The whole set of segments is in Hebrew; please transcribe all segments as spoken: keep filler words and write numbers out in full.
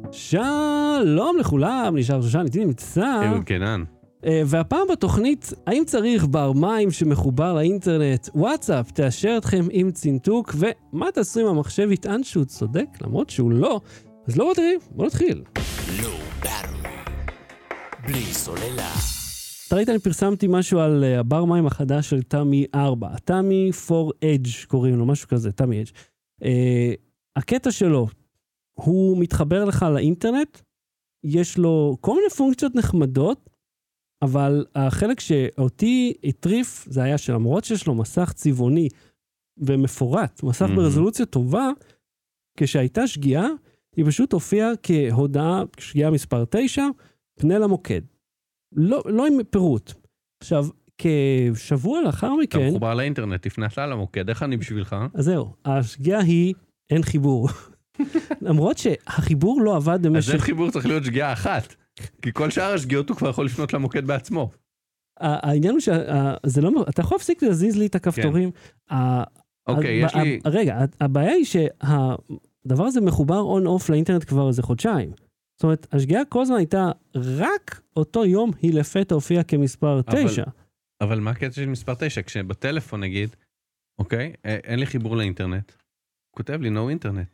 שלום לכולם, נשאר שושן, איתי נמצא. אהוד קנן. והפעם בתוכנית, האם צריך בר מים שמחובר לאינטרנט? וואטסאפ תאשר אתכם עם צינטוק, ומה תעשו אם המחשב יטען שהוא צודק, למרות שהוא לא? אז לא תראי, בוא נתחיל. לא ברור, בלי סוללה. אתה ראית, אני פרסמתי משהו על הבר מים החדש של תמי ארבע. תמי פור אדג' קוראים לו, משהו כזה, תמי אדג'. Uh, הקטע שלו, הוא מתחבר לך לאינטרנט, יש לו כל מיני פונקציות נחמדות, אבל החלק שאותי הטריף, זה היה שלמרות שיש לו מסך צבעוני ומפורט, מסך mm-hmm. ברזולוציה טובה, כשהייתה שגיאה, היא פשוט הופיעה כהודעה, שגיאה מספר תשע, פנה למוקד. לא, לא עם פירוט. עכשיו, כשבוע לאחר מכן... אתה מחובר לאינטרנט, תפנת לה למוקד, איך אני בשבילך? אז זהו, השגיאה היא, אין חיבור. למרות שהחיבור לא עבד במשך... אז אין חיבור צריך להיות שגיאה אחת. כי כל שאר השגיאות הוא כבר יכול לפנות למוקד בעצמו. העניין הוא שזה לא... אתה יכול להפסיק להזיז לי את הכפתורים. אוקיי, יש לי... רגע, הבעיה היא שהדבר הזה מחובר און-אוף לאינטרנט כבר איזה חודשיים. זאת אומרת, השגיאה כל הזמן הייתה רק אותו יום היא לפתע הופיעה כמספר תשע. אבל מה הקטע של מספר תשע? כשבטלפון נגיד, אוקיי, אין לי חיבור לאינטרנט. כותב לי no אינטרנט.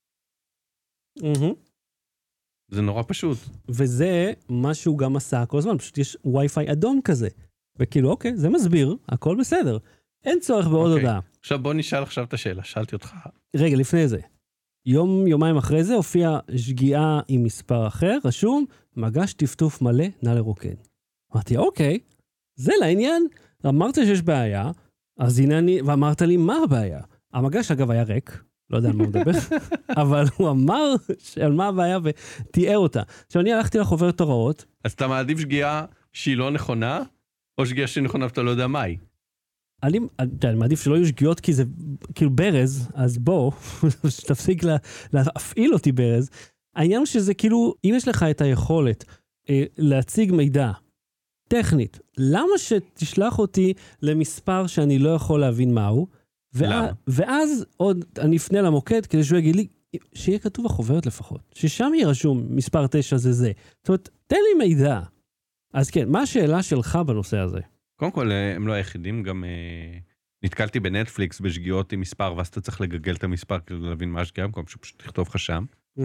זה נורא פשוט. וזה מה שהוא גם עשה כל הזמן, פשוט יש וי-פיי אדום כזה. וכאילו, אוקיי, זה מסביר, הכל בסדר. אין צורך בעוד הודעה. עכשיו בוא נשאל עכשיו את השאלה, שאלתי אותך. רגע, לפני זה. יום, יומיים אחרי זה הופיע שגיאה עם מספר אחר, רשום, מגש טפטוף מלא, נא לרוקן. אמרתי, אוקיי, זה לעניין. אמרת שיש בעיה, אז הנה אני, ואמרת לי, מה הבעיה? המגש אגב היה ריק, לא יודע על מה הוא מדבר, אבל הוא אמר על מה הבעיה ותיאר אותה. עכשיו אני הלכתי לחוברת הוראות. אז אתה מעדיף שגיאה שהיא לא נכונה, או שגיאה שהיא נכונה ואתה לא יודע מה היא? אני, אני מעדיף שלא יהיו שגיאות כי זה כאילו ברז, אז בוא, שתפסיק לה, להפעיל אותי ברז. העניין הוא שזה כאילו, אם יש לך את היכולת אה, להציג מידע טכנית, למה שתשלח אותי למספר שאני לא יכול להבין מהו, ואז, ואז עוד אני אפנה למוקד כדי שהוא יגיד לי, שיהיה כתוב החוברת לפחות, ששם יהיה רשום מספר תשע זה זה. זאת אומרת, תן לי מידע. אז כן, מה השאלה שלך בנושא הזה? קודם כל, הם לא היחידים, גם אה, נתקלתי בנטפליקס בשגיאות עם מספר, ואז אתה צריך לגגל את המספר כדי להבין מה השגיאה, במקום שפשוט תכתוב לך שם. Mm-hmm.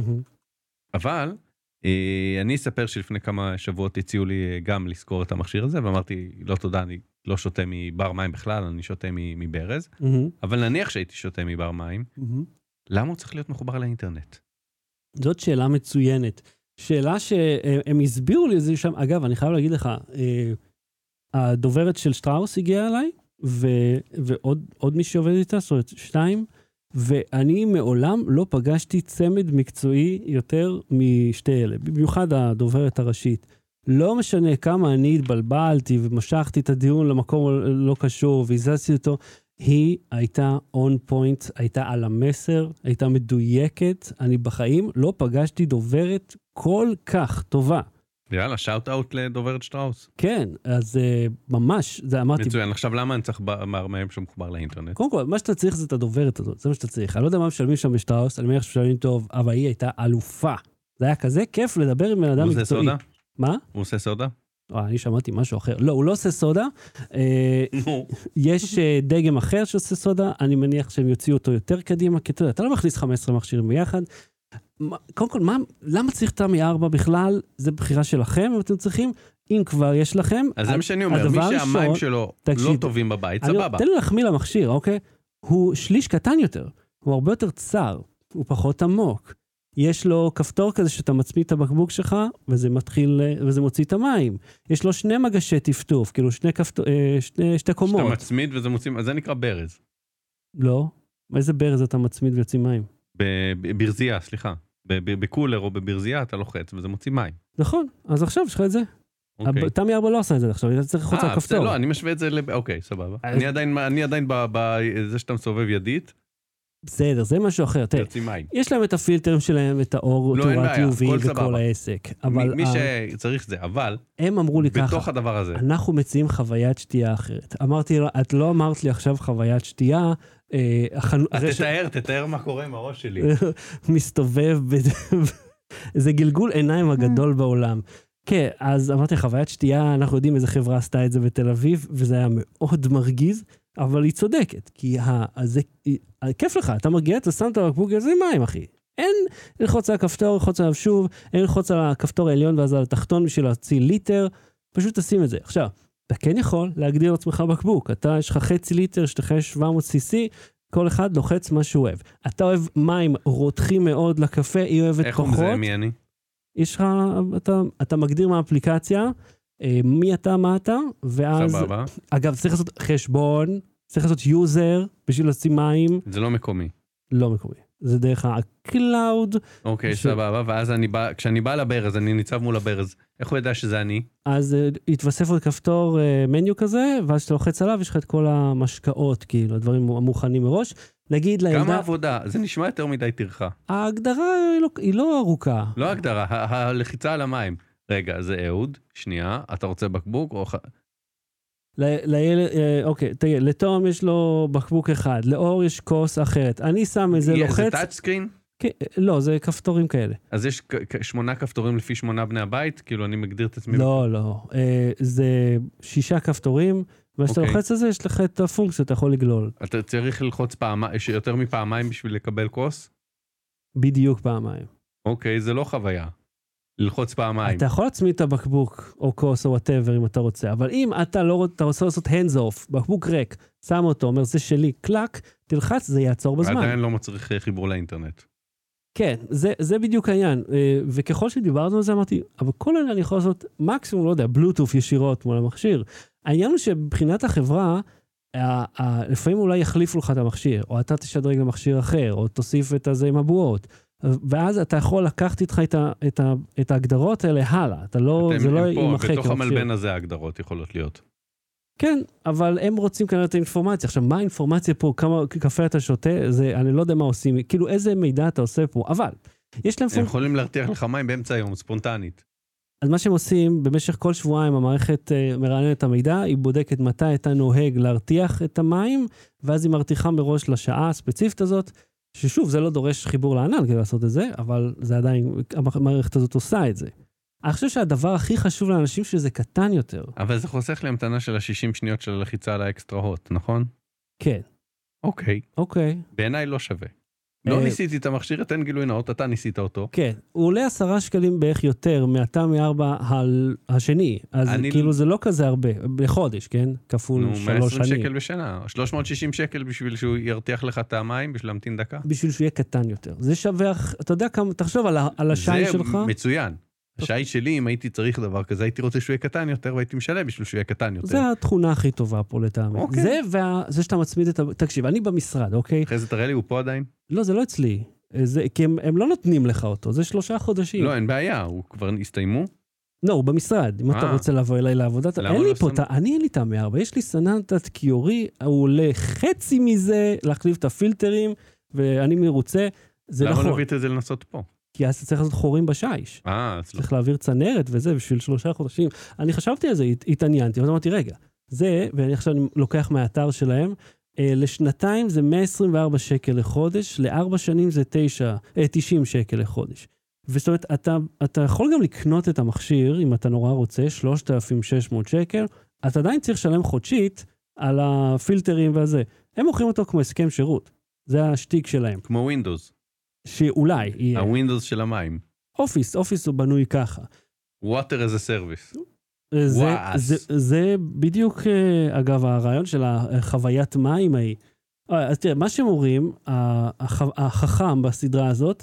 אבל אה, אני אספר שלפני כמה שבועות הציעו לי גם לזכור את המכשיר הזה, ואמרתי, לא תודה, אני לא שותה מבר מים בכלל, אני שותה מברז, mm-hmm. אבל נניח שהייתי שותה מבר מים, mm-hmm. למה הוא צריך להיות מחובר לאינטרנט? זאת שאלה מצוינת. שאלה שהם הסבירו לי זה שם, אגב, אני חייב להגיד לך, אה, הדוברת של שטראוס הגיעה אליי, ו- ועוד עוד מי שעובד איתה, זאת אומרת, שתיים, ואני מעולם לא פגשתי צמד מקצועי יותר משתי אלה, במיוחד הדוברת הראשית. לא משנה כמה אני התבלבלתי ומשכתי את הדיון למקום לא קשור והזזתי אותו, היא הייתה on point, הייתה על המסר, הייתה מדויקת, אני בחיים לא פגשתי דוברת כל כך טובה. יאללה, שאוט אאוט לדוברת שטראוס. כן, אז uh, ממש, זה אמרתי... מצוין, עכשיו למה אני צריך מהם שמחובר לאינטרנט? קודם כל, מה שאתה צריך זה את הדוברת הזאת, זה מה שאתה צריך. אני לא יודע מה משלמים שם בשטראוס, אני מניח שמשלמים טוב, אבל היא הייתה אלופה. זה היה כזה כיף לדבר עם בן אדם מקצועי. הוא עושה סודה? מה? הוא עושה סודה? אני שמעתי משהו אחר. לא, הוא לא עושה סודה. יש דגם אחר שעושה סודה, אני מניח שהם יוציאו אותו יותר קדימה, כי אתה לא מכניס חמישה עשר מכשירים ביחד. קודם כל, מה, למה צריך תמי ארבע בכלל? זה בחירה שלכם, אם אתם צריכים, אם כבר יש לכם. אז זה מה שאני אומר, מי שהמים שלו לא טובים בבית, סבבה. תן לי להחמיא למכשיר, אוקיי? הוא שליש קטן יותר, הוא הרבה יותר צר, הוא פחות עמוק. יש לו כפתור כזה שאתה מצמיד את הבקבוק שלך, וזה מתחיל, וזה מוציא את המים. יש לו שני מגשי טפטוף, כאילו שני כפתור, שני, שתי קומות. שאתה מצמיד וזה מוציא, אז זה נקרא ברז. לא. איזה ברז אתה מצמיד ויוציא מים? בברזייה, סליחה. בקולר או בברזייה אתה לוחץ, וזה מוציא מים. נכון, אז עכשיו יש לך את זה. תמי ארבע לא עושה את זה עכשיו, אתה צריך לחוץ על כפתור. לא, אני משווה את זה, אוקיי, סבבה. אני עדיין בזה שאתה מסובב ידית, בסדר, זה משהו אחר. יש להם את הפילטרים שלהם, את האור, תאורת יו וי וכל העסק. מי שצריך זה, אבל הם אמרו לי ככה, בתוך הדבר הזה, אנחנו מציעים חוויית שתייה אחרת. אמרתי, את לא אמרת לי עכשיו חוויית שתייה, תתאר, תתאר מה קורה עם הראש שלי. מסתובב זה גלגול עיניים הגדול בעולם. כן, אז אמרתי, חוויית שתייה, אנחנו יודעים איזה חברה עשתה את זה בתל אביב, וזה היה מאוד מרגיז, אבל היא צודקת, כי זה כיף לך, אתה מגיע, אתה שם את הבקבוק, זה מים, אחי. אין ללחוץ על הכפתור, ללחוץ עליו שוב, אין ללחוץ על הכפתור העליון ואז על התחתון בשביל להוציא ליטר, פשוט תשים את זה. עכשיו, אתה כן יכול להגדיר לעצמך בקבוק, אתה יש לך חצי ליטר, שתך שבע מאות סי סי, כל אחד לוחץ מה שהוא אוהב. אתה אוהב מים רותחים מאוד לקפה, היא אוהבת איך פחות. איך הוא מזהה מי אני? יש לך, אתה, אתה מגדיר מהאפליקציה, מי אתה, מה אתה, ואז... סבבה. אגב, צריך לעשות חשבון, צריך לעשות יוזר, בשביל לשים מים. זה לא מקומי. לא מקומי. זה דרך הקלאוד. אוקיי, ש... סבבה, ואז אני בא, כשאני בא לברז, אני ניצב מול הברז. איך הוא ידע שזה אני? אז uh, יתווסף עוד כפתור uh, מניו כזה, ואז שאתה לוחץ עליו, יש לך את כל המשקאות, כאילו, הדברים המוכנים מראש. נגיד לילדה... כמה עבודה? זה נשמע יותר מדי טרחה. ההגדרה היא לא, היא לא ארוכה. לא הגדרה, הלחיצה על המים. רגע, זה אהוד, שנייה, אתה רוצה בקבוק או... לילד, אוקיי, תגיד, לתום יש לו בקבוק אחד, לאור יש כוס אחרת. אני שם איזה לוחץ... זה טאצ' סקרין? לא, זה כפתורים כאלה. אז יש שמונה כפתורים לפי שמונה בני הבית? כאילו אני מגדיר את עצמי... לא, לא. זה שישה כפתורים, ואתה לוחץ על זה, יש לך את הפונקציה, אתה יכול לגלול. אתה צריך ללחוץ פעמיים, יש יותר מפעמיים בשביל לקבל כוס? בדיוק פעמיים. אוקיי, זה לא חוויה. ללחוץ פעמיים. אתה יכול להצמיד את הבקבוק, או כוס, או whatever, אם אתה רוצה. אבל אם אתה לא אתה רוצה לעשות hands off, בקבוק ריק, שם אותו, אומר, זה שלי, קלק, תלחץ, זה יעצור בזמן. עדיין לא מצריך חיבור לאינטרנט. כן, זה, זה בדיוק העניין. וככל שדיברנו על זה, אמרתי, אבל כל אלה אני יכול לעשות מקסימום, לא יודע, בלוטוף ישירות מול המכשיר. העניין הוא שבבחינת החברה, לפעמים אולי יחליפו לך את המכשיר, או אתה תשדרג למכשיר אחר, או תוסיף את הזה עם הבועות. ואז אתה יכול לקחת איתך את, ה, את, ה, את ההגדרות האלה הלאה. אתה לא, זה לא יימחק. בתוך המלבן הזה ההגדרות יכולות להיות. כן, אבל הם רוצים כנראה את האינפורמציה. עכשיו, מה האינפורמציה פה? כמה קפה אתה שותה? זה, אני לא יודע מה עושים. כאילו, איזה מידע אתה עושה פה? אבל, יש להם... הם יכולים להרתיח לך מים באמצע היום, ספונטנית. אז מה שהם עושים, במשך כל שבועיים המערכת uh, מרעננת את המידע, היא בודקת מתי אתה נוהג להרתיח את המים, ואז היא מרתיחה מראש לשעה הספציפית הזאת, ששוב, זה לא דורש חיבור לענן כדי לעשות את זה, אבל זה עדיין, המערכת הזאת עושה את זה. אני חושב שהדבר הכי חשוב לאנשים שזה קטן יותר. אבל זה חוסך להמתנה של ה-שישים שניות של הלחיצה על האקסטרה-הוט, נכון? כן. אוקיי. אוקיי. בעיניי לא שווה. לא ניסיתי את המכשיר, אתן גילוי נאות, אתה ניסית אותו. כן. הוא עולה עשרה שקלים בערך יותר מהטעם מארבע השני, אז כאילו זה לא כזה הרבה, בחודש, כן? כפול שלוש שנים. נו, מאה ועשרים שקל בשנה, שלוש מאות ושישים שקל בשביל שהוא ירתיח לך את המים, בשביל להמתין דקה. בשביל שהוא יהיה קטן יותר. זה שווה, אתה יודע כמה, תחשוב על השי שלך. זה מצוין. השי שלי, אם הייתי צריך דבר כזה, הייתי רוצה שהוא יהיה קטן יותר, והייתי משלם בשביל שהוא יהיה קטן יותר. זה התכונה הכי טובה פה לטעמי. אוקיי. זה, וזה שאתה מצמיד את ה... תקשיב, אני במשרד, אוקיי? אחרי זה תראה לי, הוא פה עדיין? לא, זה לא אצלי. זה, כי הם, הם לא נותנים לך אותו, זה שלושה חודשים. לא, אין בעיה, הוא כבר הסתיימו? לא, הוא במשרד. אם אתה רוצה לבוא אליי לעבודה, אין לי פה, אני אין לי טעם מארבע, יש לי סננת קיורי, הוא עולה חצי מזה, להחליף את הפילטרים, ואני מרוצה, זה נכון. למה לא הבאת את זה לנסות פה? כי אז אתה צריך לעשות חורים בשיש. אה, צריך להעביר צנרת וזה, בשביל שלושה חודשים. אני חשבתי על זה, התעניינתי, אבל אמרתי, רגע, זה, ואני עכשיו לוקח מהאתר שלהם, לשנתיים זה מאה עשרים וארבע שקל לחודש, לארבע שנים זה תשעים שקל לחודש. וזאת אומרת, אתה, אתה יכול גם לקנות את המכשיר, אם אתה נורא רוצה, שלושת אלפים ושש מאות שקל, אתה עדיין צריך לשלם חודשית על הפילטרים והזה. הם מוכרים אותו כמו הסכם שירות. זה השטיק שלהם. כמו ווינדוס. שאולי יהיה. הווינדוס של המים. אופיס, אופיס הוא בנוי ככה. Water as a service. זה, זה, זה בדיוק, אגב, הרעיון של החוויית מים ההיא. אז תראה, מה שהם אומרים, החכם בסדרה הזאת,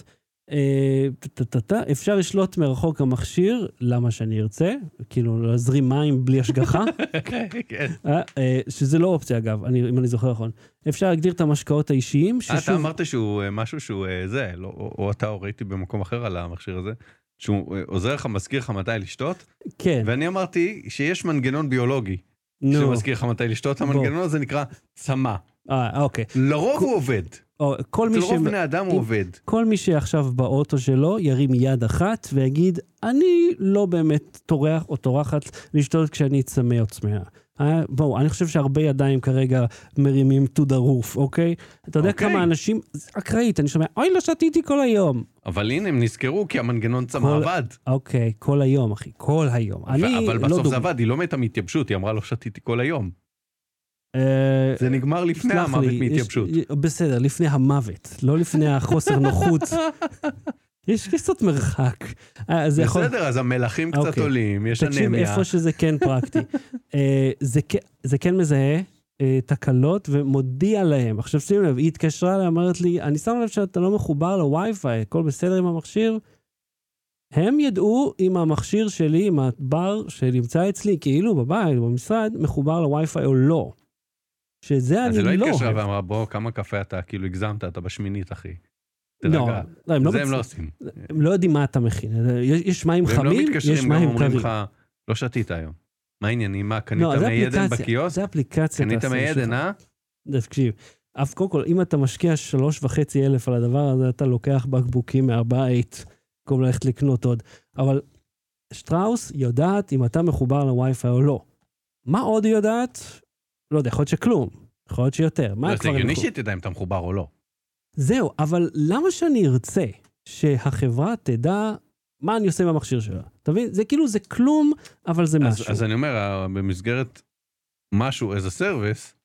אפשר לשלוט מרחוק המכשיר, למה שאני ארצה, כאילו להזרים מים בלי השגחה, שזה לא אופציה אגב, אם אני זוכר נכון. אפשר להגדיר את המשקאות האישיים. אתה אמרת שהוא משהו שהוא זה, או אתה או ראיתי במקום אחר על המכשיר הזה, שהוא עוזר לך, מזכיר לך מתי לשתות, כן. ואני אמרתי שיש מנגנון ביולוגי, שמזכיר לך מתי לשתות, המנגנון הזה נקרא צמא. אה, אוקיי. לרוב הוא עובד. לרוב בני אדם הוא עובד. כל מי שעכשיו באוטו שלו ירים יד אחת ויגיד, אני לא באמת טורח או טורחת לשתות כשאני צמא או צמאה. בואו, אני חושב שהרבה ידיים כרגע מרימים to the roof, אוקיי? אתה יודע כמה אנשים, אקראית, אני שומע, אוי, לא שתיתי כל היום. אבל הנה, הם נזכרו, כי המנגנון צמא עבד. אוקיי, כל היום, אחי, כל היום. אבל בסוף זה עבד, היא לא מתה מתייבשות, היא אמרה, לא שתיתי כל היום. זה נגמר לפני המוות מתייבשות. בסדר, לפני המוות, לא לפני החוסר נוחות. יש קצת מרחק. בסדר, אז המלחים קצת עולים, יש אנמיה. תקשיב, איפה שזה כן פרקטי. זה כן מזהה תקלות ומודיע להם. עכשיו שימו לב, היא התקשרה לה, אמרת לי, אני שם לב שאתה לא מחובר לווי-פיי, הכל בסדר עם המכשיר. הם ידעו אם המכשיר שלי, עם הבר שנמצא אצלי, כאילו בבית, במשרד, מחובר לווי-פיי או לא. שזה אני לא... אז היא לא התקשרה ואמרה, בוא, כמה קפה אתה, כאילו הגזמת, אתה בשמינית, אחי. לא, זה הם לא עושים. הם לא יודעים מה אתה מכין. יש מים חמים, יש מים קרים. לא שתית היום. מה העניינים? מה, קנית מיידן בקיוסק? זה אפליקציה. קנית מיידן, אה? תקשיב, אף קודם כל, אם אתה משקיע שלוש וחצי אלף על הדבר הזה, אתה לוקח בקבוקים מהבית, במקום ללכת לקנות עוד. אבל שטראוס יודעת אם אתה מחובר לווי-פיי או לא. מה עוד היא יודעת? לא יודע, יכול להיות שכלום. יכול להיות שיותר. זה הגיוני שתדע אם אתה מחובר או לא. זהו, אבל למה שאני ארצה שהחברה תדע מה אני עושה במכשיר שלה? אתה מבין? זה כאילו, זה כלום, אבל זה משהו. אז אני אומר, במסגרת משהו, as a service,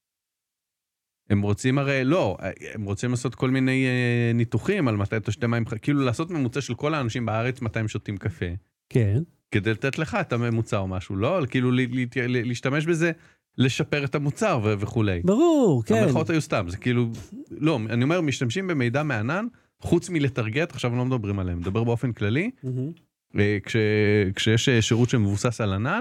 הם רוצים הרי, לא, הם רוצים לעשות כל מיני ניתוחים על מתי אתה שותה מים, כאילו לעשות ממוצע של כל האנשים בארץ מתי הם שותים קפה. כן. כדי לתת לך את הממוצע או משהו, לא? כאילו להשתמש בזה, לשפר את המוצר וכולי. ברור, כן. המלכות היו סתם, זה כאילו, לא, אני אומר, משתמשים במידע מענן, חוץ מלטרגט, עכשיו לא מדברים עליהם, מדבר באופן כללי, כש, כשיש שירות שמבוסס על ענן,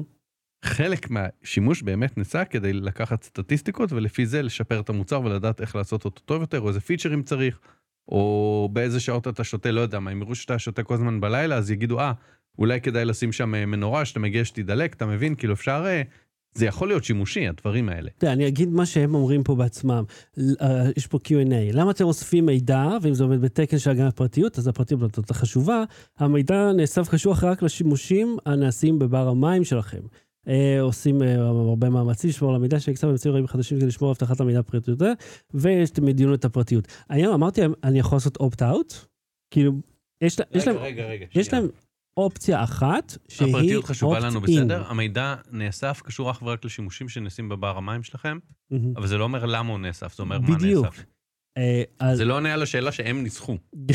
חלק מהשימוש באמת נעשה כדי לקחת סטטיסטיקות, ולפי זה לשפר את המוצר ולדעת איך לעשות אותו טוב יותר, או איזה פיצ'רים צריך, או באיזה שעות אתה שותה, לא יודע מה, אם יראו שאתה שותה כל הזמן בלילה, אז יגידו, אה, אולי כדאי לשים שם מנורה, שאתה מגיע שתדלק, אתה מבין, כאילו אפשר, זה יכול להיות שימושי, הדברים האלה. תראה, אני אגיד מה שהם אומרים פה בעצמם, יש פה קיו אנד איי, למה אתם אוספים מידע, ואם זה עומד בתקן של הגנת פרטיות, אז הפרטיות היא חשובה, המידע נאסף חשוב רק לשימושים הנעשים בבר המים שלכם. עושים הרבה מאמצים לשמור על המידע שנקצב באמצעים רעים חדשים כדי לשמור הבטחת המידע הפרטיות, ויש מדינו את הפרטיות. היום אמרתי, אני יכול לעשות opt-out, כאילו, יש להם... רגע, רגע, יש להם אופציה אחת שהיא הפרטיות חשובה לנו בסדר, המידע נאסף קשור אך ורק לשימושים שנעשים בבר המים שלכם, אבל זה לא אומר למה הוא נאסף, זה אומר מה נאסף. זה לא עונה על השאלה שהם ניסחו.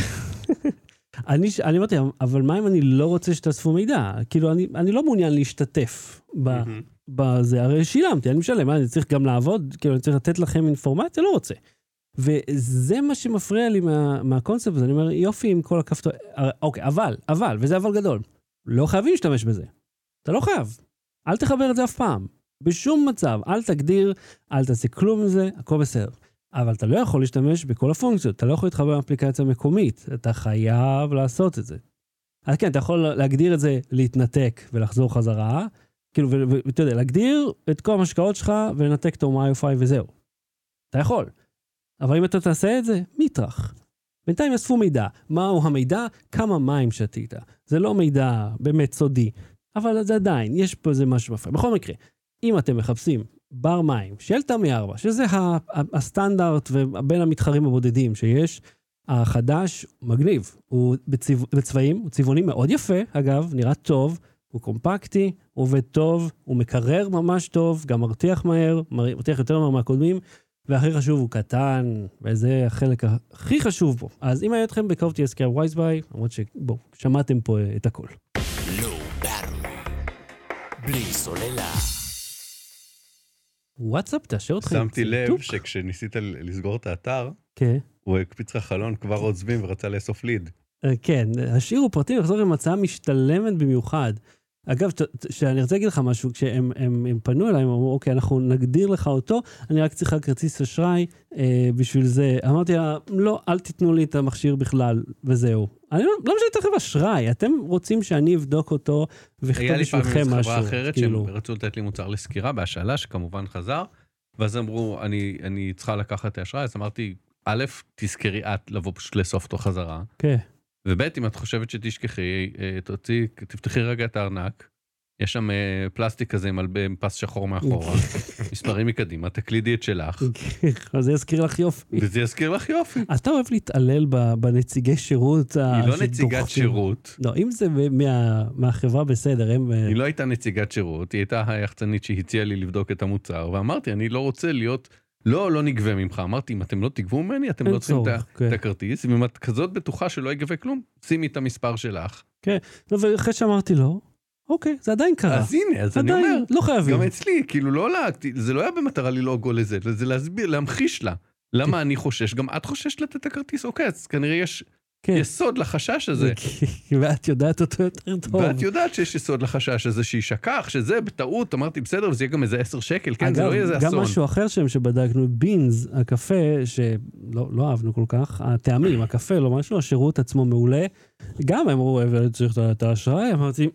אני אמרתי, אבל מה אם אני לא רוצה שתאספו מידע? כאילו, אני לא מעוניין להשתתף בזה, הרי שילמתי, אני משלם, אני צריך גם לעבוד, כאילו, אני צריך לתת לכם אינפורמציה, לא רוצה. וזה מה שמפריע לי מהקונספט הזה, אני אומר, יופי עם כל הכפתור, אוקיי, אבל, אבל, וזה אבל גדול, לא חייבים להשתמש בזה. אתה לא חייב. אל תחבר את זה אף פעם. בשום מצב, אל תגדיר, אל תעשה כלום מזה, הכל בסדר. אבל אתה לא יכול להשתמש בכל הפונקציות, אתה לא יכול להתחבר באפליקציה מקומית, אתה חייב לעשות את זה. אז כן, אתה יכול להגדיר את זה, להתנתק ולחזור חזרה, כאילו, ואתה יודע, להגדיר את כל המשקעות שלך ולנתק את הווי-פיי וזהו. אתה יכול. אבל אם אתה תעשה את זה, מיטרח. בינתיים יספו מידע. מהו המידע? כמה מים שתית. זה לא מידע באמת סודי, אבל זה עדיין, יש פה איזה משהו מפריע. בכל מקרה, אם אתם מחפשים בר מים של תמי ארבע, שזה הסטנדרט ובין המתחרים הבודדים שיש, החדש מגניב. הוא בצבע, בצבעים, הוא צבעוני מאוד יפה, אגב, נראה טוב, הוא קומפקטי, הוא עובד טוב, הוא מקרר ממש טוב, גם מרתיח מהר, מרתיח יותר מהר מהקודמים, והכי חשוב הוא קטן, וזה החלק הכי חשוב בו. אז אם היה אתכם בקרוב תהיה סקייב ווייזביי, למרות שבואו, שמעתם פה את הכל. לא ברור, בלי סוללה. וואטסאפ, תאשר אותך. שמתי לב שכשניסית לסגור את האתר, הוא הקפיץ לך חלון כבר עוזבים ורצה לאסוף ליד. כן, השאירו פרטים לחזור עם הצעה משתלמת במיוחד. אגב, שאני רוצה להגיד לך משהו, כשהם הם, הם פנו אליי, הם אמרו, אוקיי, אנחנו נגדיר לך אותו, אני רק צריכה כרטיס אשראי אה, בשביל זה. אמרתי לה, לא, אל תיתנו לי את המכשיר בכלל, וזהו. אני לא, לא משנה לכם אשראי, אתם רוצים שאני אבדוק אותו, וכתוב בשבילכם משהו. היה לי פעם חברה אחרת, כאילו... שהם רצו לתת לי מוצר לסקירה, בהשאלה, שכמובן חזר, ואז אמרו, אני, אני צריכה לקחת את האשראי, אז אמרתי, א', תזכרי את לבוא פשוט לאסוף אותו חזרה. כן. וב' אם את חושבת שתשכחי, תוציא, תפתחי רגע את הארנק, יש שם פלסטיק כזה עם פס שחור מאחורה, מספרים מקדימה, תקלידי את שלך. אז זה יזכיר לך יופי. וזה יזכיר לך יופי. אתה אוהב להתעלל בנציגי שירות. היא לא נציגת שירות. לא, אם זה מהחברה בסדר, הם... היא לא הייתה נציגת שירות, היא הייתה היחצנית שהציעה לי לבדוק את המוצר, ואמרתי, אני לא רוצה להיות, לא, לא נגבה ממך. אמרתי, אם אתם לא תגבו ממני, אתם לא צריכים את הכרטיס, ואם את כזאת בטוחה שלא יגבה כלום, שימי את המספר שלך. כן, ואחרי שאמרתי לו, אוקיי, זה עדיין קרה. אז הנה, אז אני אומר, לא חייבים. גם אצלי, כאילו לא להגתי, זה לא היה במטרה ללעוג או לזה, זה להסביר, להמחיש לה. למה אני חושש? גם את חוששת לתת את הכרטיס, אוקיי, אז כנראה יש יסוד לחשש הזה. ואת יודעת אותו יותר טוב. ואת יודעת שיש יסוד לחשש הזה, שישכח, שזה בטעות, אמרתי בסדר, וזה יהיה גם איזה עשר שקל, כן, זה לא יהיה איזה אסון. גם משהו אחר שם שבדקנו, בינז, הקפה, שלא אהבנו כל כך, הטעמים, הקפה, לא משהו, השירות עצמו מעולה, גם הם אמרו, צריך את האשראי, אמרתי,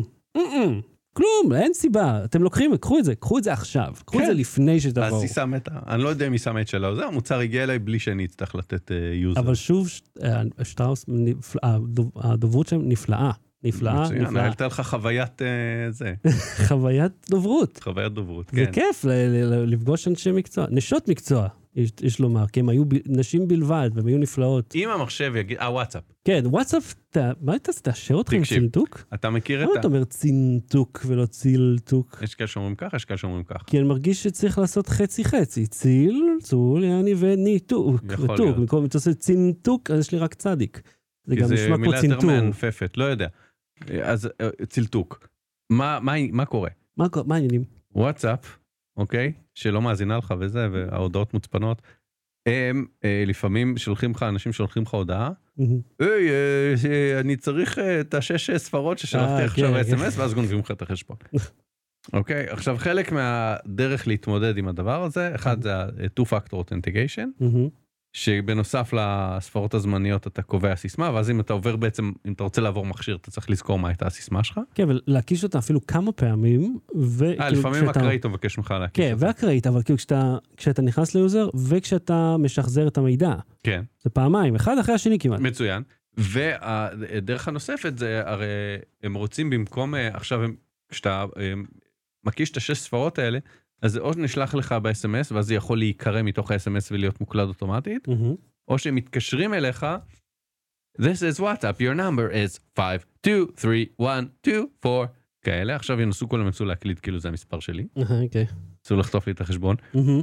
כלום, אין סיבה, אתם לוקחים, קחו את זה, קחו את זה עכשיו, קחו את זה לפני שתבואו. אז היא שמה את, אני לא יודע אם היא שמה את שלה, זה המוצר הגיע אליי בלי שאני אצטרך לתת יוזר. אבל שוב, שטראוס, הדוברות שם נפלאה, נפלאה, נפלאה. מצוין, הייתה לך חוויית זה. חוויית דוברות. חוויית דוברות, כן. זה כיף לפגוש אנשי מקצוע, נשות מקצוע. יש לומר, כי הם היו נשים בלבד, והם היו נפלאות. אם המחשב יגיד, אה, וואטסאפ. כן, וואטסאפ, מה אתה תאשר אותך עם צינטוק? אתה מכיר את ה... למה אתה אומר צינטוק ולא צילטוק? יש כאלה שאומרים ככה, יש כאלה שאומרים ככה. כי אני מרגיש שצריך לעשות חצי חצי, ציל, צול, יעני וניטוק. יכול להיות. במקום אתה עושה צינטוק, אז יש לי רק צדיק. זה גם נשמע כמו צינטור. כי זה מילה יותר מנפפת, לא יודע. אז צילטוק. מה קורה? מה העניינים? וואטסאפ, אוקיי? שלא מאזינה לך וזה, וההודעות מוצפנות. הם לפעמים שולחים לך, אנשים שולחים לך הודעה, היי, אני צריך את השש ספרות ששלחתי עכשיו אס אם אס, ואז גונבים לך את החשבון. אוקיי, עכשיו חלק מהדרך להתמודד עם הדבר הזה, אחד זה ה-two-factor authentication, שבנוסף לספרות הזמניות אתה קובע סיסמה, ואז אם אתה עובר בעצם, אם אתה רוצה לעבור מכשיר, אתה צריך לזכור מה הייתה הסיסמה שלך. כן, ולהקיש אותה אפילו כמה פעמים, אה, לפעמים אקראית מבקש ממך להקיש אותה. כן, ואקראית, אבל כאילו כשאתה נכנס ליוזר, וכשאתה משחזר את המידע. כן. זה פעמיים, אחד אחרי השני כמעט. מצוין. והדרך הנוספת זה, הרי הם רוצים במקום, עכשיו כשאתה מקיש את השש ספרות האלה, אז זה או נשלח לך ב-אס אם אס, ואז זה יכול להיקרא מתוך ה-אס אם אס ולהיות מוקלד אוטומטית, או שהם מתקשרים אליך, This is WhatsApp, your number is five two three one two four, כאלה, עכשיו ינסו כולם ינסו להקליד, כאילו זה המספר שלי. אוקיי. ינסו לחטוף לי את החשבון.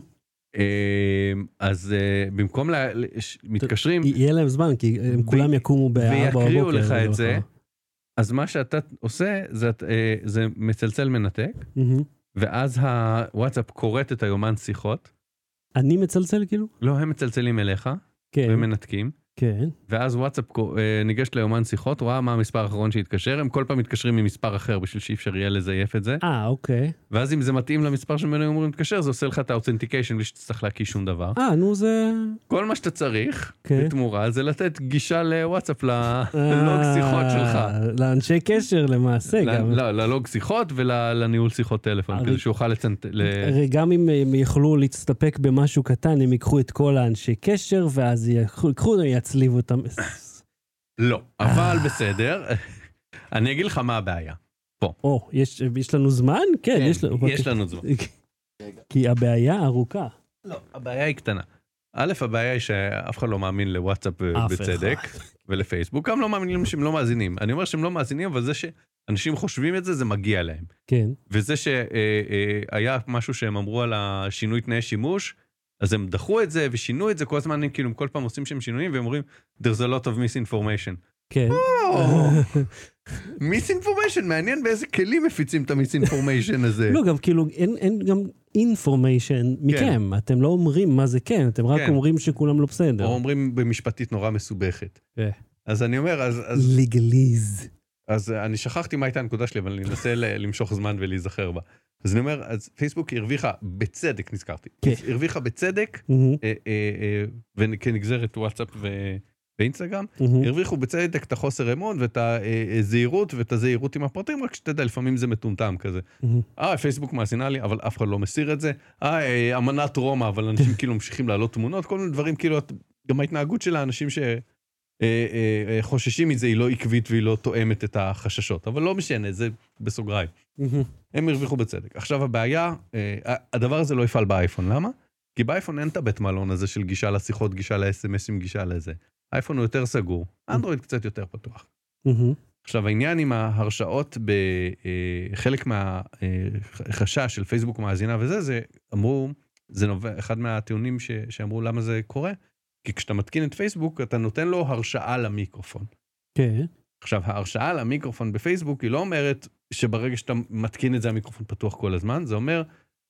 אז במקום מתקשרים... יהיה להם זמן, כי הם כולם יקומו בארבע בבוקר. ויקריאו לך את זה, אז מה שאתה עושה, זה מצלצל מנתק, ואז הוואטסאפ קוראת את היומן שיחות. אני מצלצל כאילו? לא, הם מצלצלים אליך, כן. ומנתקים. כן. ואז וואטסאפ ניגש ליומן שיחות, רואה מה המספר האחרון שהתקשר, הם כל פעם מתקשרים ממספר אחר, בשביל שאי אפשר יהיה לזייף את זה. אה, אוקיי. ואז אם זה מתאים למספר שמנו אמורים להתקשר, זה עושה לך את האותנטיקיישן, בלי שתצטרך להקיש שום דבר. אה, נו זה... כל מה שאתה צריך, בתמורה, זה לתת גישה לוואטסאפ, ללוג שיחות שלך. לאנשי קשר למעשה גם. לא, ללוג שיחות ולניהול שיחות טלפון, כדי שיוכל לצנט... גם אם הם יכלו להצטפק במשהו קטן, הם ייקחו את כל האנשי קשר, ואז ייקחו, יצליבו אותם. לא, אבל בסדר. אני אגיד לך מה הבעיה. פה. או, יש לנו זמן? כן, יש לנו זמן. כי הבעיה ארוכה. לא, הבעיה היא קטנה. א', הבעיה היא שאף אחד לא מאמין לוואטסאפ בצדק, ולפייסבוק, גם לא מאמינים שהם לא מאזינים. אני אומר שהם לא מאזינים, אבל זה שאנשים חושבים את זה, זה מגיע להם. כן. וזה שהיה משהו שהם אמרו על השינוי תנאי שימוש, אז הם דחו את זה ושינו את זה, כל הזמן הם כאילו כל פעם עושים שהם שינויים, והם אומרים, there's a lot of misinformation. כן. misinformation, מעניין באיזה כלים מפיצים את ה-misinformation הזה. לא, גם כאילו, אין גם information מכם, אתם לא אומרים מה זה כן, אתם רק אומרים שכולם לא בסדר. או אומרים במשפטית נורא מסובכת. אז אני אומר, אז... לגליז. אז אני שכחתי מה הייתה הנקודה שלי, אבל אני אנסה למשוך זמן ולהיזכר בה. אז אני אומר, אז פייסבוק הרוויחה בצדק, נזכרתי. הרוויחה בצדק, וכנגזרת וואטסאפ ואינסטגרם, הרוויחו בצדק את החוסר אמון ואת הזהירות ואת הזהירות עם הפרטים, רק שתדע, לפעמים זה מטומטם כזה. אה, פייסבוק מאזינה לי, אבל אף אחד לא מסיר את זה. אה, אמנת רומא, אבל אנשים כאילו ממשיכים לעלות תמונות, כל מיני דברים, כאילו, גם ההתנהגות של האנשים ש... חוששים מזה, היא לא עקבית והיא לא תואמת את החששות, אבל לא משנה, זה בסוגריים. הם הרוויחו בצדק. עכשיו הבעיה, הדבר הזה לא יפעל באייפון, למה? כי באייפון אין את הבית מלון הזה של גישה לשיחות, גישה ל-אס אם אס עם גישה לזה. האייפון הוא יותר סגור, אנדרואיד קצת יותר פתוח. עכשיו העניין עם ההרשאות בחלק מהחשש של פייסבוק מאזינה וזה, זה אמרו, זה נובע, אחד מהטיעונים שאמרו למה זה קורה, כי כשאתה מתקין את פייסבוק, אתה נותן לו הרשאה למיקרופון. כן. עכשיו, ההרשאה למיקרופון בפייסבוק היא לא אומרת שברגע שאתה מתקין את זה המיקרופון פתוח כל הזמן, זה אומר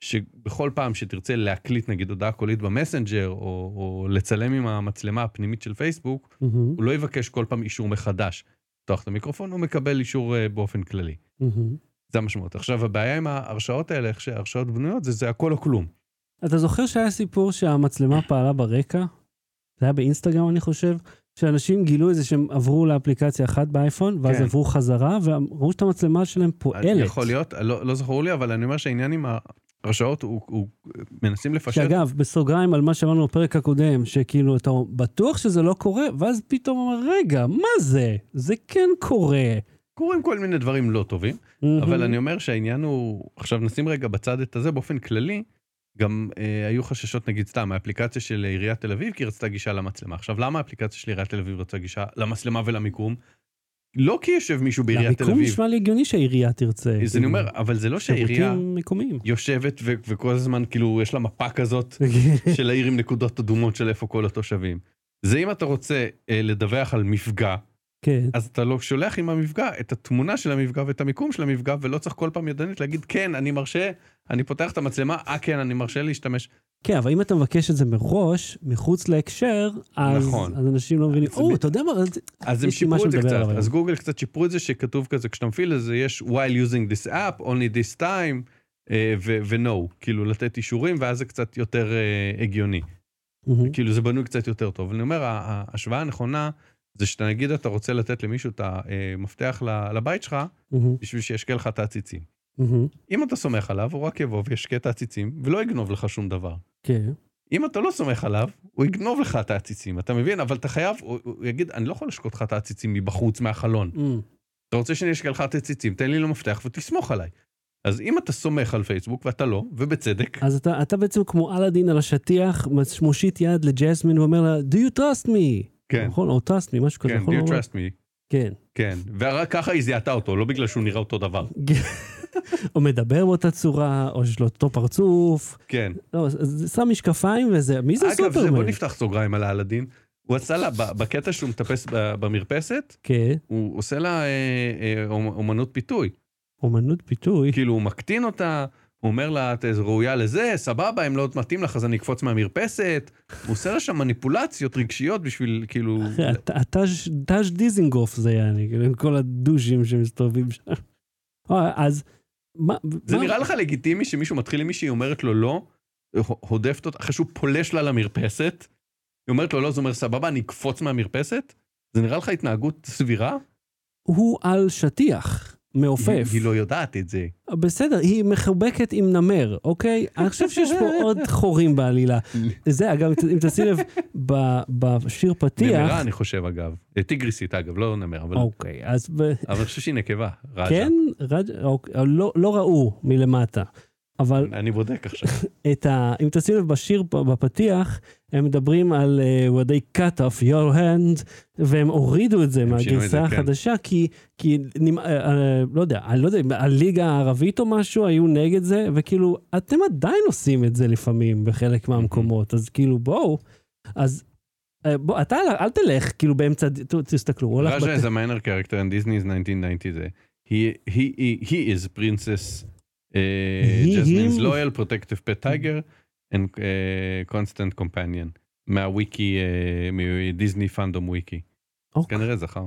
שבכל פעם שתרצה להקליט נגיד הודעה קולית במסנג'ר, או, או לצלם עם המצלמה הפנימית של פייסבוק, mm-hmm. הוא לא יבקש כל פעם אישור מחדש. פתוח את המיקרופון, הוא מקבל אישור uh, באופן כללי. Mm-hmm. זה המשמעות. עכשיו, הבעיה עם ההרשאות האלה, איך שההרשאות בנויות, זה, זה הכל או כלום. אתה זוכר שהיה סיפור שהמצלמה פעלה ברקע? זה היה באינסטגרם, אני חושב, שאנשים גילו איזה שהם עברו לאפליקציה אחת באייפון, ואז כן. עברו חזרה, וראו שאת המצלמה שלהם פועלת. יכול להיות, לא, לא זכרו לי, אבל אני אומר שהעניין עם הרשאות, הוא, הוא מנסים לפשט. שאגב, בסוגריים על מה שאמרנו בפרק הקודם, שכאילו אתה בטוח שזה לא קורה, ואז פתאום אומר, רגע, מה זה? זה כן קורה. קורים כל מיני דברים לא טובים, mm-hmm. אבל אני אומר שהעניין הוא, עכשיו נשים רגע בצד את הזה, באופן כללי, גם אה, היו חששות, נגיד סתם, האפליקציה של עיריית תל אביב, כי רצתה גישה למצלמה. עכשיו, למה האפליקציה של עיריית תל אביב רצתה גישה למצלמה ולמיקום? לא כי יושב מישהו בעיריית תל אביב. למיקום נשמע לי הגיוני שהעירייה תרצה. אז אני אומר, אבל זה לא שהעירייה יושבת ו- וכל הזמן, כאילו, יש לה מפה כזאת של העיר עם נקודות אדומות של איפה כל התושבים. זה אם אתה רוצה אה, לדווח על מפגע, כן. אז אתה לא שולח עם המפגע את התמונה של המפגע ואת המיקום של המפגע, ולא צריך כל פעם ידנית להגיד, כן, אני מרשה, אני פותח את המצלמה, אה כן, אני מרשה להשתמש. כן, אבל אם אתה מבקש את זה מראש, מחוץ להקשר, אז, נכון. אז אנשים לא מבינים, או, אתה יודע מה, אז הם שיפרו את זה קצת, אז גוגל קצת שיפרו את זה, שכתוב כזה, כשאתה מפעיל לזה, יש while using this app, only this time, ו-no, כאילו לתת אישורים, ואז זה קצת יותר הגיוני. כאילו זה בנוי קצת יותר טוב. אני אומר, ההשוואה הנכונה, זה שאתה נגיד, אתה רוצה לתת למישהו את המפתח לבית שלך, בשביל שישקה לך את העציצים. אם אתה סומך עליו, הוא רק יבוא וישקה את העציצים, ולא יגנוב לך שום דבר. כן. אם אתה לא סומך עליו, הוא יגנוב לך את העציצים, אתה מבין? אבל אתה חייב, הוא יגיד, אני לא יכול לשקות לך את העציצים מבחוץ, מהחלון. אתה רוצה שאני אשקה לך את העציצים, תן לי למפתח ותסמוך עליי. אז אם אתה סומך על פייסבוק, ואתה לא, ובצדק... אז אתה, אתה בעצם כמו אלאדין על השטיח, מושיט יד לג'סמין ואומר לה, do you trust me? כן. נכון? או trust me, משהו כזה. כן, do you trust me? כן. כן, ורק ככה היא זיהתה אותו, לא בגלל שהוא נראה אותו דבר. או מדבר באותה צורה, או שיש לו אותו פרצוף. כן. לא, זה שם משקפיים וזה, מי זה סופרמן? אגב, בוא נפתח סוגריים על אלאדין. הוא עשה לה, בקטע שהוא מטפס במרפסת, כן. הוא עושה לה אומנות פיתוי. אומנות פיתוי? כאילו הוא מקטין אותה, הוא אומר לה, את ראויה לזה, סבבה, אם לא מתאים לך, אז אני אקפוץ מהמרפסת. הוא עושה לה שם מניפולציות רגשיות בשביל, כאילו... הטאז' דיזינגוף זה יעני, עם כל הדושים שמסתובבים שם. אז... זה נראה לך לגיטימי שמישהו מתחיל עם מישהי, אומרת לו לא, הודפת אותה, אחרי שהוא פולש לה למרפסת, היא אומרת לו לא, זה אומר, סבבה, אני אקפוץ מהמרפסת? זה נראה לך התנהגות סבירה? הוא על שטיח. מעופף. היא לא יודעת את זה. בסדר, היא מחובקת עם נמר, אוקיי? אני חושב שיש פה עוד חורים בעלילה. זה, אגב, אם תשים לב, בשיר פתיח... נמרה, אני חושב, אגב. טיגריסית, אגב, לא נמר, אבל... אוקיי, אז... אבל אני חושב שהיא נקבה, רג'ה. כן? רג'ה, לא ראו מלמטה. אבל... אני בודק עכשיו. אם תשים לב בשיר בפתיח, הם מדברים על where they cut off your hand, והם הורידו את זה מהגרסה החדשה, כי, כי, לא יודע, אני לא יודע, הליגה הערבית או משהו, היו נגד זה, וכאילו, אתם עדיין עושים את זה לפעמים, בחלק מהמקומות, אז כאילו, בואו, אז, בוא, אתה, אל תלך, כאילו, באמצע, תסתכלו. רג'ה is a minor character, and Disney is nineteen ninety זה. He, he, he, he is princess, Jasmine's loyal, protective pet tiger, and constant companion. מהוויקי, מדיסני פנדום וויקי. כנראה זכר.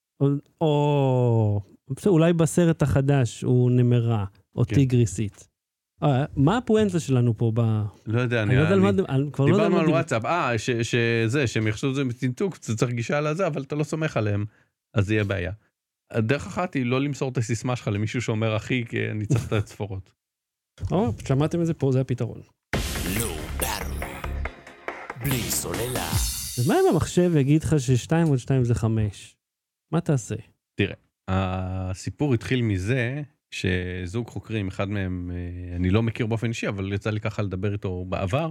או, אולי בסרט החדש הוא נמרה, או טיגריסית. מה הפואנטה שלנו פה? לא יודע, אני... דיברנו על וואטסאפ, אה, שזה, שהם יחשבו את זה בצינצוק, זה צריך גישה על זה, אבל אתה לא סומך עליהם, אז זה יהיה בעיה. הדרך אחת היא לא למסור את הסיסמה שלך למישהו שאומר, אחי, כי אני צריך את הצפורות. או, שמעתם את זה פה, זה הפתרון. לא ברור. בלי סוללה. אז מה אם המחשב יגיד לך ששתיים עוד שתיים זה חמש? מה תעשה? תראה, הסיפור התחיל מזה שזוג חוקרים, אחד מהם, אני לא מכיר באופן אישי, אבל יצא לי ככה לדבר איתו בעבר,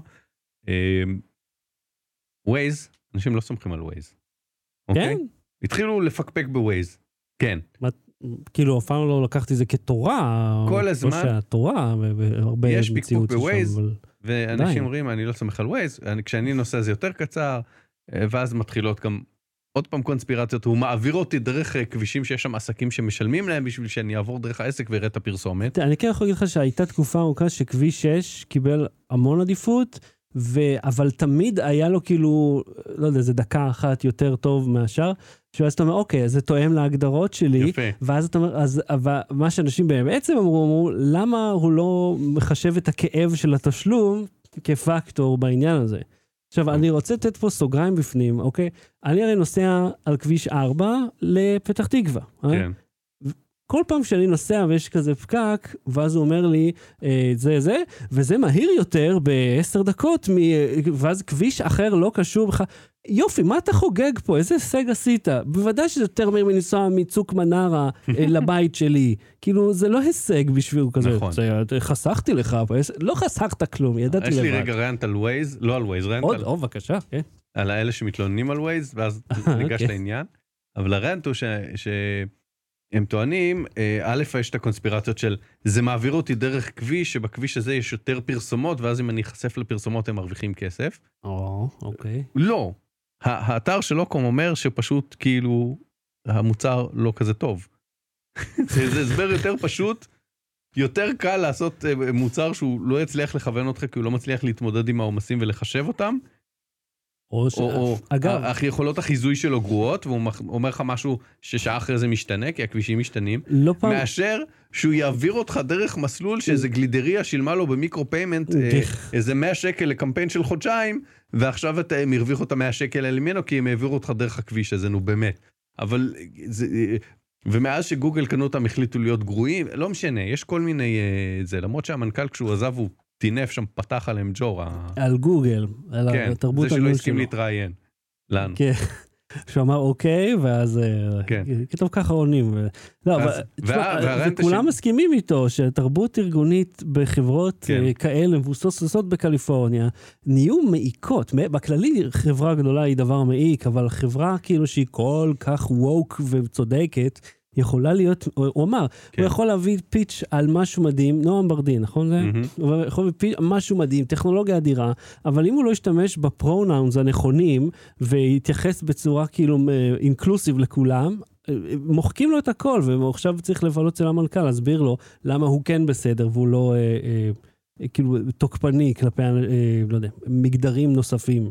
ווייז, אנשים לא סומכים על ווייז. כן? התחילו לפקפק בווייז, כן. כאילו, אף פעם לא לקחתי זה כתורה. כל הזמן. לא שהתורה, והרבה יש פיקפוק בווייז, ואנשים אומרים, אני לא סומך על ווייז, כשאני נוסע זה יותר קצר, ואז מתחילות גם עוד פעם קונספירציות, הוא מעביר אותי דרך כבישים שיש שם עסקים שמשלמים להם בשביל שאני אעבור דרך העסק ויראה את הפרסומת. אני כן יכול להגיד לך שהייתה תקופה ארוכה שכביש שש קיבל המון עדיפות, ו... אבל תמיד היה לו כאילו, לא יודע, זה דקה אחת יותר טוב מהשאר, שאז אתה אומר, אוקיי, אז זה תואם להגדרות שלי, יפה. ואז אתה אומר, אז מה שאנשים בעצם אמרו, אמרו, למה הוא לא מחשב את הכאב של התשלום כפקטור בעניין הזה? עכשיו, אני רוצה לתת פה סוגריים בפנים, אוקיי? אני הרי נוסע על כביש ארבע לפתח תקווה. כן. כל פעם שאני נוסע ויש כזה פקק, ואז הוא אומר לי, אה, זה זה, וזה מהיר יותר בעשר דקות, מ... ואז כביש אחר לא קשור בך. יופי, מה אתה חוגג פה? איזה הישג עשית? בוודאי שזה יותר מהיר מנסוע מצוק מנרה לבית שלי. כאילו, זה לא הישג בשביל כזה. נכון. זה, חסכתי לך, לא חסכת כלום, ידעתי לבד. יש לי רגע רנט על ווייז, לא על ווייז, רנט עוד, על... או, בבקשה, כן. על האלה שמתלוננים על ווייז, ואז ניגש לעניין. אבל הרנט הוא ש... ש... הם טוענים, א', יש את הקונספירציות של, זה מעביר אותי דרך כביש, שבכביש הזה יש יותר פרסומות, ואז אם אני אחשף לפרסומות הם מרוויחים כסף. או, אוקיי. לא. האתר של אוקום אומר שפשוט כאילו, המוצר לא כזה טוב. זה הסבר יותר פשוט, יותר קל לעשות מוצר שהוא לא יצליח לכוון אותך, כי הוא לא מצליח להתמודד עם העומסים ולחשב אותם, או, ש... או, או אגב, יכולות החיזוי שלו גרועות, והוא אומר לך משהו ששעה אחרי זה משתנה, כי הכבישים משתנים, לא פעם... מאשר שהוא יעביר אותך דרך מסלול שאיזה גלידריה שילמה לו במיקרו פיימנט, איזה מאה שקל לקמפיין של חודשיים, ועכשיו הם הרוויחו את המאה שקל אל ממנו, כי הם העבירו אותך דרך הכביש הזה, נו באמת. אבל, זה, ומאז שגוגל קנו אותם החליטו להיות גרועים, לא משנה, יש כל מיני, זה, למרות שהמנכ"ל כשהוא עזב הוא תינף שם, פתח עליהם ג'ור. על גוגל, על כן, התרבות זה שלא הסכים להתראיין. לנו. כן, שהוא אמר אוקיי, ואז כן. כתוב ככה עונים. לא, אז, אבל, וה, תשמע, וכולם ש... מסכימים איתו, שתרבות ארגונית בחברות כן. כאלה, מבוססות בקליפורניה, נהיו מעיקות. בכללי חברה גדולה היא דבר מעיק, אבל חברה כאילו שהיא כל כך ווק וצודקת, יכולה להיות, הוא אמר, כן. הוא יכול להביא פיץ' על משהו מדהים, נועם ברדי, נכון זה? Mm-hmm. הוא יכול להביא פיץ' משהו מדהים, טכנולוגיה אדירה, אבל אם הוא לא ישתמש בפרונאונס הנכונים, ויתייחס בצורה כאילו אינקלוסיב לכולם, מוחקים לו את הכל, ועכשיו צריך לבלות אצל המנכ"ל, להסביר לו למה הוא כן בסדר, והוא לא אה, אה, כאילו תוקפני כלפי, אה, לא יודע, מגדרים נוספים.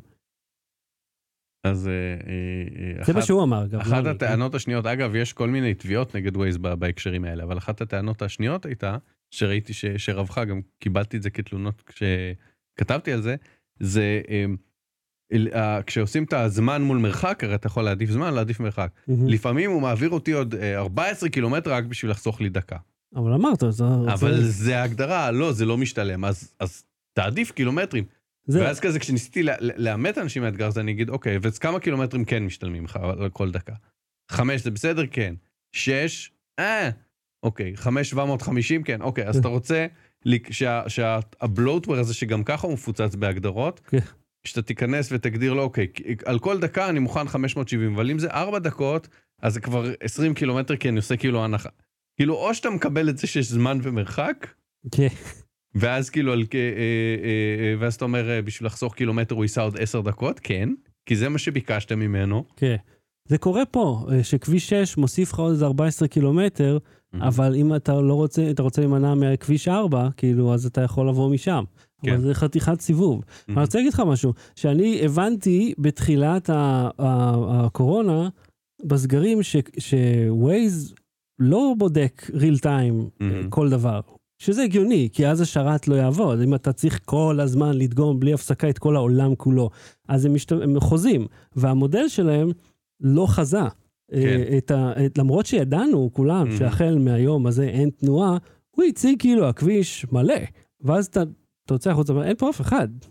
אז זה מה שהוא אמר. אחת הטענות השניות, אגב, יש כל מיני תביעות נגד ווייז בהקשרים האלה, אבל אחת הטענות השניות הייתה, שראיתי שרבך, גם קיבלתי את זה כתלונות כשכתבתי על זה, זה כשעושים את הזמן מול מרחק, הרי אתה יכול להעדיף זמן, להעדיף מרחק. לפעמים הוא מעביר אותי עוד ארבעה עשר קילומטר רק בשביל לחסוך לי דקה. אבל אמרת, אבל זה ההגדרה, לא, זה לא משתלם, אז תעדיף קילומטרים. ואז כזה, כשניסיתי לאמת אנשים מהאתגר הזה, אני אגיד, אוקיי, ואז כמה קילומטרים כן משתלמים לך על כל דקה? חמש, זה בסדר? כן. שש? אה, אוקיי. חמש, שבע מאות וחמישים? כן. אוקיי, אז אתה רוצה שהבלוטוור הזה, שגם ככה הוא מפוצץ בהגדרות, שאתה תיכנס ותגדיר לו, אוקיי, על כל דקה אני מוכן חמש מאות שבעים, אבל אם זה ארבע דקות, אז זה כבר עשרים קילומטר, כי אני עושה כאילו הנחה. כאילו, או שאתה מקבל את זה שיש זמן ומרחק, כן. ואז כאילו, ואז אתה אומר, בשביל לחסוך קילומטר הוא ייסע עוד עשר דקות, כן, כי זה מה שביקשתם ממנו. כן, זה קורה פה, שכביש שש מוסיף לך עוד איזה ארבעה עשר קילומטר, אבל אם אתה לא רוצה, אתה רוצה להימנע מהכביש ארבע, כאילו, אז אתה יכול לבוא משם. אבל זה חתיכת סיבוב. אני רוצה להגיד לך משהו, שאני הבנתי בתחילת הקורונה, בסגרים, שווייז לא בודק ריל טיים כל דבר. שזה הגיוני, כי אז השרת לא יעבוד. אם אתה צריך כל הזמן לדגום בלי הפסקה את כל העולם כולו, אז הם, משת... הם חוזים, והמודל שלהם לא חזה. כן. את ה... את... למרות שידענו כולם mm-hmm. שהחל מהיום הזה אין תנועה, הוא הציג כאילו הכביש מלא. ואז אתה, אתה רוצה החוצה, אין פה אף אחד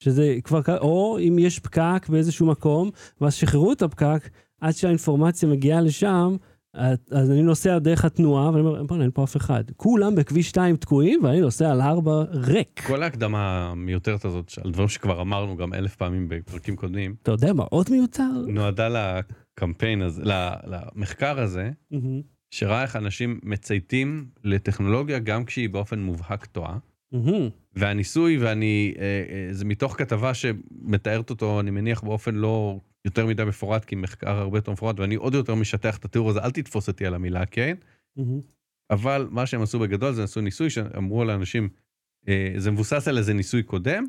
שזה כבר, או אם יש פקק באיזשהו מקום, ואז שחררו את הפקק, עד שהאינפורמציה מגיעה לשם, אז אני נוסע דרך התנועה, ואני אומר, בוא, אין פה אף אחד. כולם בכביש שתיים תקועים, ואני נוסע על ארבע ריק. כל ההקדמה המיותרת הזאת, על דברים שכבר אמרנו גם אלף פעמים בפרקים קודמים. אתה יודע מה עוד מיותר? נועדה לקמפיין הזה, למחקר הזה, שראה איך אנשים מצייתים לטכנולוגיה, גם כשהיא באופן מובהק טועה. והניסוי, ואני, זה מתוך כתבה שמתארת אותו, אני מניח באופן לא יותר מדי מפורט, כי מחקר הרבה יותר מפורט, ואני עוד יותר משטח את התיאור הזה, אל תתפוס אותי על המילה, כן? אבל מה שהם עשו בגדול, זה עשו ניסוי, שאמרו לאנשים, זה מבוסס על איזה ניסוי קודם,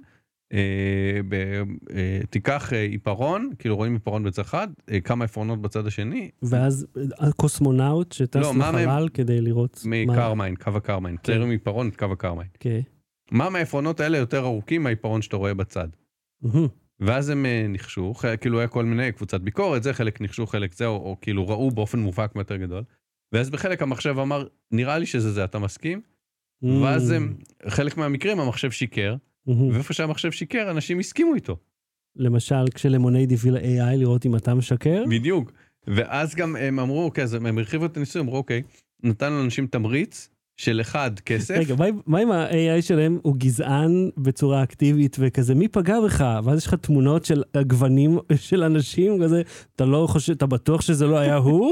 תיקח עיפרון, כאילו רואים עיפרון בצד אחד, כמה עיפרונות בצד השני. ואז הקוסמונאוט שטס לחלל כדי לראות... מקרמיין, קו הקרמיין. תארים עיפרון את קו הקרמיין. מה מהעיפרונות האלה יותר ארוכים מהעיפרון שאתה רואה בצד? ואז הם נחשו, כאילו היה כל מיני קבוצת ביקורת, זה חלק נחשו, חלק זה, או, או כאילו ראו באופן מובהק יותר גדול. ואז בחלק המחשב אמר, נראה לי שזה זה, אתה מסכים? ואז הם, חלק מהמקרים המחשב שיקר, ואיפה שהמחשב שיקר, אנשים הסכימו איתו. למשל, כשלמונייד הביא ל-איי איי לראות אם אתה משקר? בדיוק. ואז גם הם אמרו, אוקיי, אז הם הרחיבו את הניסוי, אמרו, אוקיי, נתנו לאנשים תמריץ, של אחד כסף. רגע, מה אם ה-איי איי שלהם הוא גזען בצורה אקטיבית וכזה, מי פגע בך? ואז יש לך תמונות של גוונים של אנשים, כזה, אתה לא חושב, אתה בטוח שזה לא היה הוא?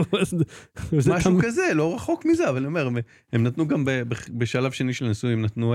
משהו כזה, לא רחוק מזה, אבל אני אומר, הם נתנו גם בשלב שני של ניסוי, הם נתנו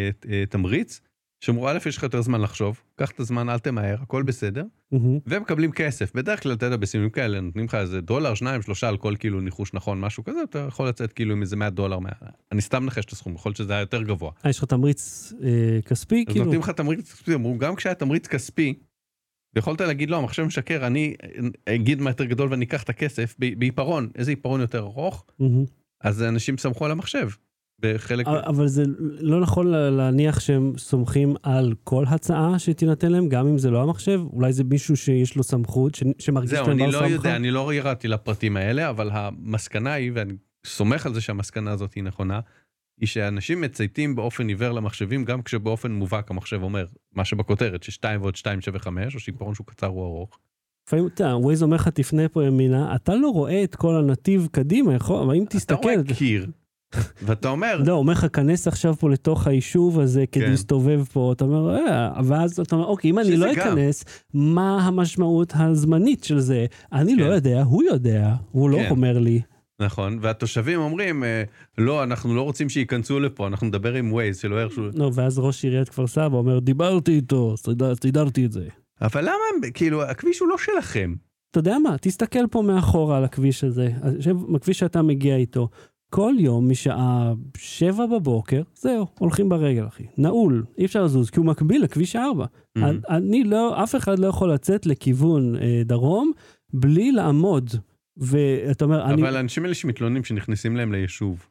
תמריץ, שאמרו, א', יש לך יותר זמן לחשוב, קח את הזמן, אל תמהר, הכל בסדר, והם מקבלים כסף. בדרך כלל, אתה יודע, בסימנים כאלה, נותנים לך איזה דולר, שניים, שלושה, על כל כאילו ניחוש נכון, משהו כזה, אתה יכול לצאת כאילו עם איזה מאה דולר. אני סתם נחש את הסכום, יכול להיות שזה היה יותר גבוה. יש לך תמריץ כספי? אז נותנים לך תמריץ כספי, אמרו, גם כשהיה תמריץ כספי, יכולת להגיד, לא, המחשב משקר, אני אגיד מה יותר גדול ואני אקח את הכסף, בעיפרון, איזה עיפרון יותר ארוך, אז אנשים סמכו על המחשב. בחלק... אבל זה לא נכון להניח שהם סומכים על כל הצעה שתינתן להם, גם אם זה לא המחשב, אולי זה מישהו שיש לו סמכות, שמרגיש זהו, אני לא יודע, אני לא ירדתי לפרטים האלה, אבל המסקנה היא, ואני סומך על זה שהמסקנה הזאת היא נכונה, היא שאנשים מצייתים באופן עיוור למחשבים, גם כשבאופן מובהק המחשב אומר, מה שבכותרת, ששתיים ועוד שתיים שווה חמש, או שעיפרון שהוא קצר הוא ארוך. לפעמים, אתה, ווייז אומר לך תפנה פה ימינה, אתה לא רואה את כל הנתיב קדימה, אבל אם תסתכל... אתה רואה קיר. ואתה אומר... לא, אומר לך, כנס עכשיו פה לתוך היישוב הזה, כדי להסתובב פה, אתה אומר, אה, ואז אתה אומר, אוקיי, אם אני לא אכנס, מה המשמעות הזמנית של זה? אני לא יודע, הוא יודע, הוא לא אומר לי. נכון, והתושבים אומרים, לא, אנחנו לא רוצים שיכנסו לפה, אנחנו נדבר עם ווייז, שלא ירשו... לא, ואז ראש עיריית כפר סבא אומר, דיברתי איתו, סידרתי את זה. אבל למה, כאילו, הכביש הוא לא שלכם. אתה יודע מה, תסתכל פה מאחורה על הכביש הזה, הכביש שאתה מגיע איתו, כל יום משעה שבע בבוקר, זהו, הולכים ברגל, אחי. נעול, אי אפשר לזוז, כי הוא מקביל לכביש ארבע. Mm-hmm. אני לא, אף אחד לא יכול לצאת לכיוון אה, דרום, בלי לעמוד. ואתה אומר, אבל אני... אבל אנשים אלה שמתלוננים שנכנסים להם ליישוב.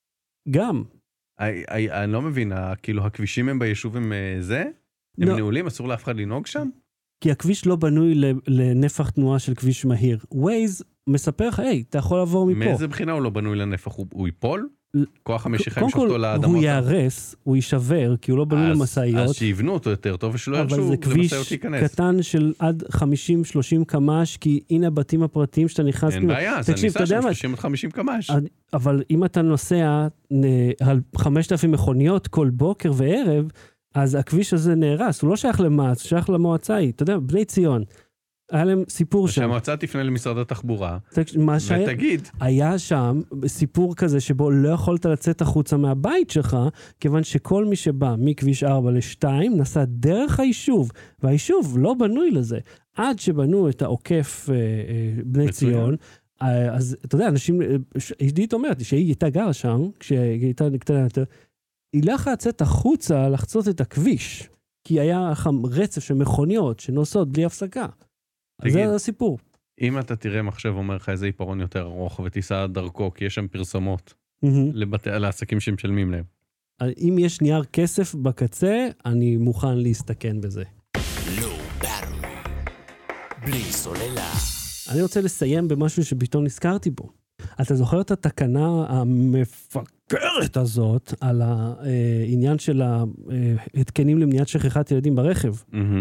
גם. אני, אני, אני לא מבין, כאילו הכבישים הם ביישוב הם זה? הם no. נעולים, אסור לאף אחד לנהוג שם? כי הכביש לא בנוי לנפח תנועה של כביש מהיר. ווייז מספר לך, היי, אתה יכול לעבור מפה. מאיזה בחינה הוא לא בנוי לנפח? הוא, הוא ייפול? כוח המשיכה ימשוך אותו לאדמות? הוא יערס, הוא יישבר, כי הוא לא בנוי למסעיות. אז שיבנו אותו יותר טוב, ושלא ירשו אבל זה כביש קטן של עד חמישים שלושים קמ"ש, כי הנה הבתים הפרטיים שאתה נכנס... אין בעיה, זה ניסה שם שלושים עד חמישים קמ"ש. אבל אם אתה נוסע על חמשת אלפים מכוניות כל בוקר וערב, אז הכביש הזה נהרס, הוא לא שייך למעץ, הוא שייך למועצה היא, אתה יודע, בני ציון. היה להם סיפור שם. שהמועצה תפנה למשרד התחבורה, שהיה, ותגיד. היה שם סיפור כזה שבו לא יכולת לצאת החוצה מהבית שלך, כיוון שכל מי שבא מכביש ארבע לשתיים, נסע דרך היישוב, והיישוב לא בנוי לזה. עד שבנו את העוקף אה, אה, בני מצוין. ציון, אה, אז אתה יודע, אנשים, עידית אומרת, שהיא הייתה גרה שם, כשהיא הייתה קטנה יותר, היא לא יכולה לצאת החוצה לחצות את הכביש, כי היה רצף של מכוניות שנוסעות בלי הפסקה. זה הסיפור. אם אתה תראה מחשב אומר לך איזה עיפרון יותר ארוך ותיסע דרכו, כי יש שם פרסומות לעסקים שמשלמים להם. אם יש נייר כסף בקצה, אני מוכן להסתכן בזה. לא ברור. בלי סוללה. אני רוצה לסיים במשהו שפתאום נזכרתי בו. אתה זוכר את התקנה המפגרת הזאת, על העניין של ההתקנים למניעת שכחת ילדים ברכב?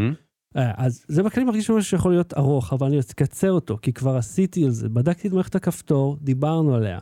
אז זה בכלל מרגיש משהו שיכול להיות ארוך, אבל אני אקצר אותו, כי כבר עשיתי על זה, בדקתי את מערכת הכפתור, דיברנו עליה.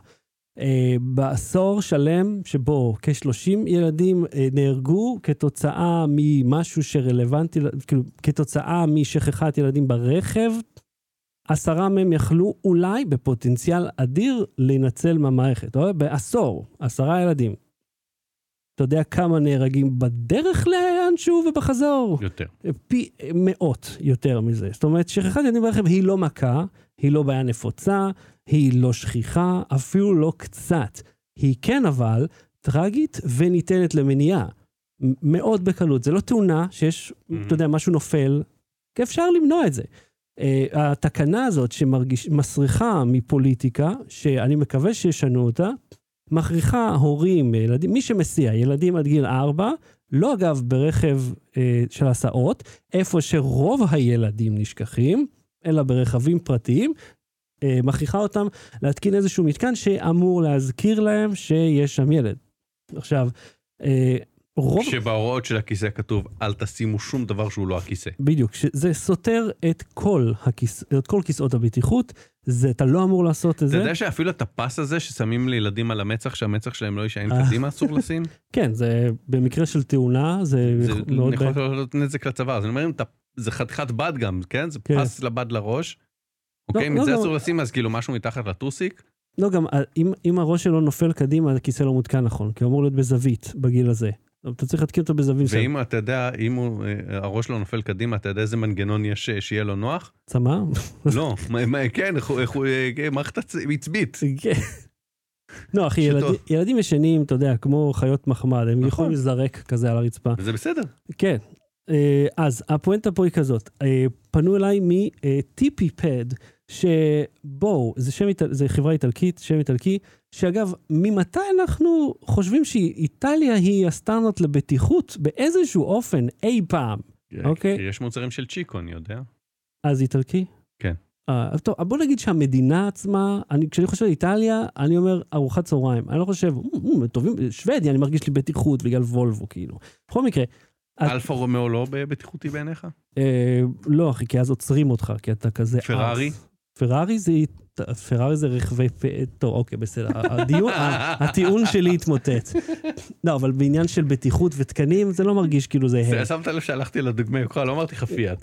בעשור שלם שבו כ-שלושים ילדים נהרגו כתוצאה ממשהו שרלוונטי, כאילו כתוצאה משכחת ילדים ברכב, עשרה מהם יכלו אולי בפוטנציאל אדיר להינצל מהמערכת. בעשור, עשרה ילדים. אתה יודע כמה נהרגים בדרך לאנשהו ובחזור? יותר. פי מאות יותר מזה. זאת אומרת, שכחת ילדים ברכב היא לא מכה, היא לא בעיה נפוצה, היא לא שכיחה, אפילו לא קצת. היא כן אבל טרגית וניתנת למניעה. מאוד בקלות. זה לא תאונה שיש, mm-hmm. אתה יודע, משהו נופל, כי אפשר למנוע את זה. Uh, התקנה הזאת שמסריחה מפוליטיקה, שאני מקווה שישנו אותה, מכריחה הורים, ילדים, מי שמסיע, ילדים עד גיל ארבע, לא אגב ברכב uh, של הסעות, איפה שרוב הילדים נשכחים, אלא ברכבים פרטיים, uh, מכריחה אותם להתקין איזשהו מתקן שאמור להזכיר להם שיש שם ילד. עכשיו, uh, רוב... כשבהוראות של הכיסא כתוב, אל תשימו שום דבר שהוא לא הכיסא. בדיוק, זה סותר את כל, הכיס... את כל כיסאות הבטיחות, זה, אתה לא אמור לעשות את זה. אתה יודע שאפילו את הפס הזה ששמים לילדים על המצח, שהמצח שלהם לא יישען קדימה, אסור לשים? כן, זה במקרה של תאונה, זה, זה מאוד... יכול להיות נזק לצבא, אז אני אומר, זה חתיכת בד גם, כן? זה כן. פס לבד לראש. לא, אוקיי, לא, מזה לא, אסור לשים, אז כאילו משהו מתחת לטוסיק. לא, גם אם, אם הראש שלו נופל קדימה, הכיסא לא מותקן נכון, כי הוא אמור להיות בזווית בגיל הזה. אתה צריך להתקין אותו בזווית. ואם אתה יודע, אם הוא, הראש לא נופל קדימה, אתה יודע איזה מנגנון יש שיהיה לו נוח? צמא? לא, כן, מערכת עצבית. לא, אחי, ילדים ישנים, אתה יודע, כמו חיות מחמד, הם יכולים לזרק כזה על הרצפה. וזה בסדר. כן. אז הפואנטה פה היא כזאת, פנו אליי מ-טיפי פד, שבואו, זה, זה חברה איטלקית, שם איטלקי, שאגב, ממתי אנחנו חושבים שאיטליה היא הסטנדרט לבטיחות באיזשהו אופן אי פעם, אוקיי? כי יש מוצרים של צ'יקו, אני יודע. אז איטלקי? כן. אה, טוב, בוא נגיד שהמדינה עצמה, אני, כשאני חושב על איטליה, אני אומר ארוחת צהריים, אני לא חושב, טובים, שוודיה, אני מרגיש לי בטיחות בגלל וולבו, כאילו. בכל מקרה, אלפה רומאו לא בבטיחותי בעיניך? לא, אחי, כי אז עוצרים אותך, כי אתה כזה... פרארי? פרארי זה, פרארי זה רכבי, טוב, אוקיי, בסדר, הדיון, הטיעון שלי התמוטט. לא, אבל בעניין של בטיחות ותקנים, זה לא מרגיש כאילו זה... שמת לב שהלכתי לדוגמא יוקרה, לא אמרתי לך פיאט.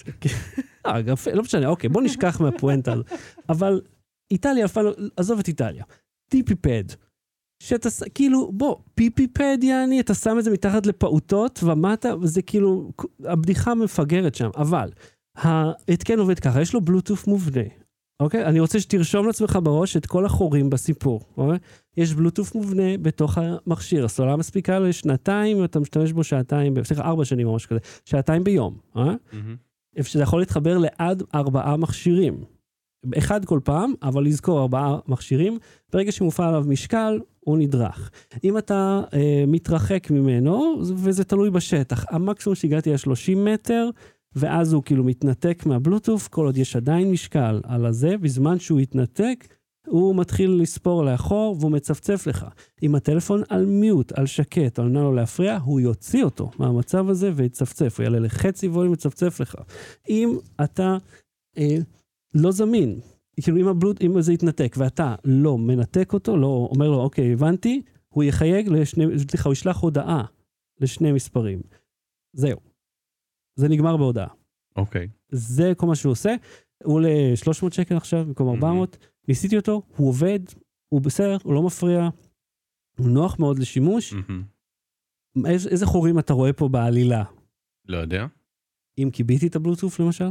לא משנה, אוקיי, בוא נשכח מהפואנטה. אבל איטליה, עזוב את איטליה, טיפיפד, שאתה, כאילו, בוא, פיפיפד יעני, אתה שם את זה מתחת לפעוטות, ומטה, וזה כאילו, הבדיחה מפגרת שם, אבל, ההתקן עובד ככה, יש לו בלוטוף מובנה, אוקיי? אני רוצה שתרשום לעצמך בראש את כל החורים בסיפור, אוקיי? יש בלוטוף מובנה בתוך המכשיר, הסוללה מספיקה לשנתיים, אתה משתמש בו שעתיים, סליחה, ארבע שנים או משהו כזה, שעתיים ביום, אוקיי? Mm-hmm. שזה יכול להתחבר לעד ארבעה מכשירים, אחד כל פעם, אבל לזכור ארבעה מכשירים, ברגע שמופעל עליו משקל, הוא נדרך. אם אתה אה, מתרחק ממנו, וזה תלוי בשטח, המקסימום שהגעתי היה שלושים מטר, ואז הוא כאילו מתנתק מהבלוטוף, כל עוד יש עדיין משקל על הזה, בזמן שהוא יתנתק, הוא מתחיל לספור לאחור, והוא מצפצף לך. אם הטלפון על מיוט, על שקט, על נא לו להפריע, הוא יוציא אותו מהמצב הזה ויצפצף, הוא יעלה לחצי והוא מצפצף לך. אם אתה אה, לא זמין, כאילו אם, הבלוט, אם זה יתנתק, ואתה לא מנתק אותו, לא אומר לו, אוקיי, הבנתי, הוא יחייג לשני, סליחה, הוא ישלח הודעה לשני מספרים. זהו. זה נגמר בהודעה. אוקיי. זה כל מה שהוא עושה. הוא עולה שלוש מאות שקל עכשיו, במקום ארבע מאות. Mm-hmm. ניסיתי אותו, הוא עובד, הוא בסדר, הוא לא מפריע, הוא נוח מאוד לשימוש. Mm-hmm. איזה, איזה חורים אתה רואה פה בעלילה? לא יודע. אם קיביתי את הבלוטוף למשל?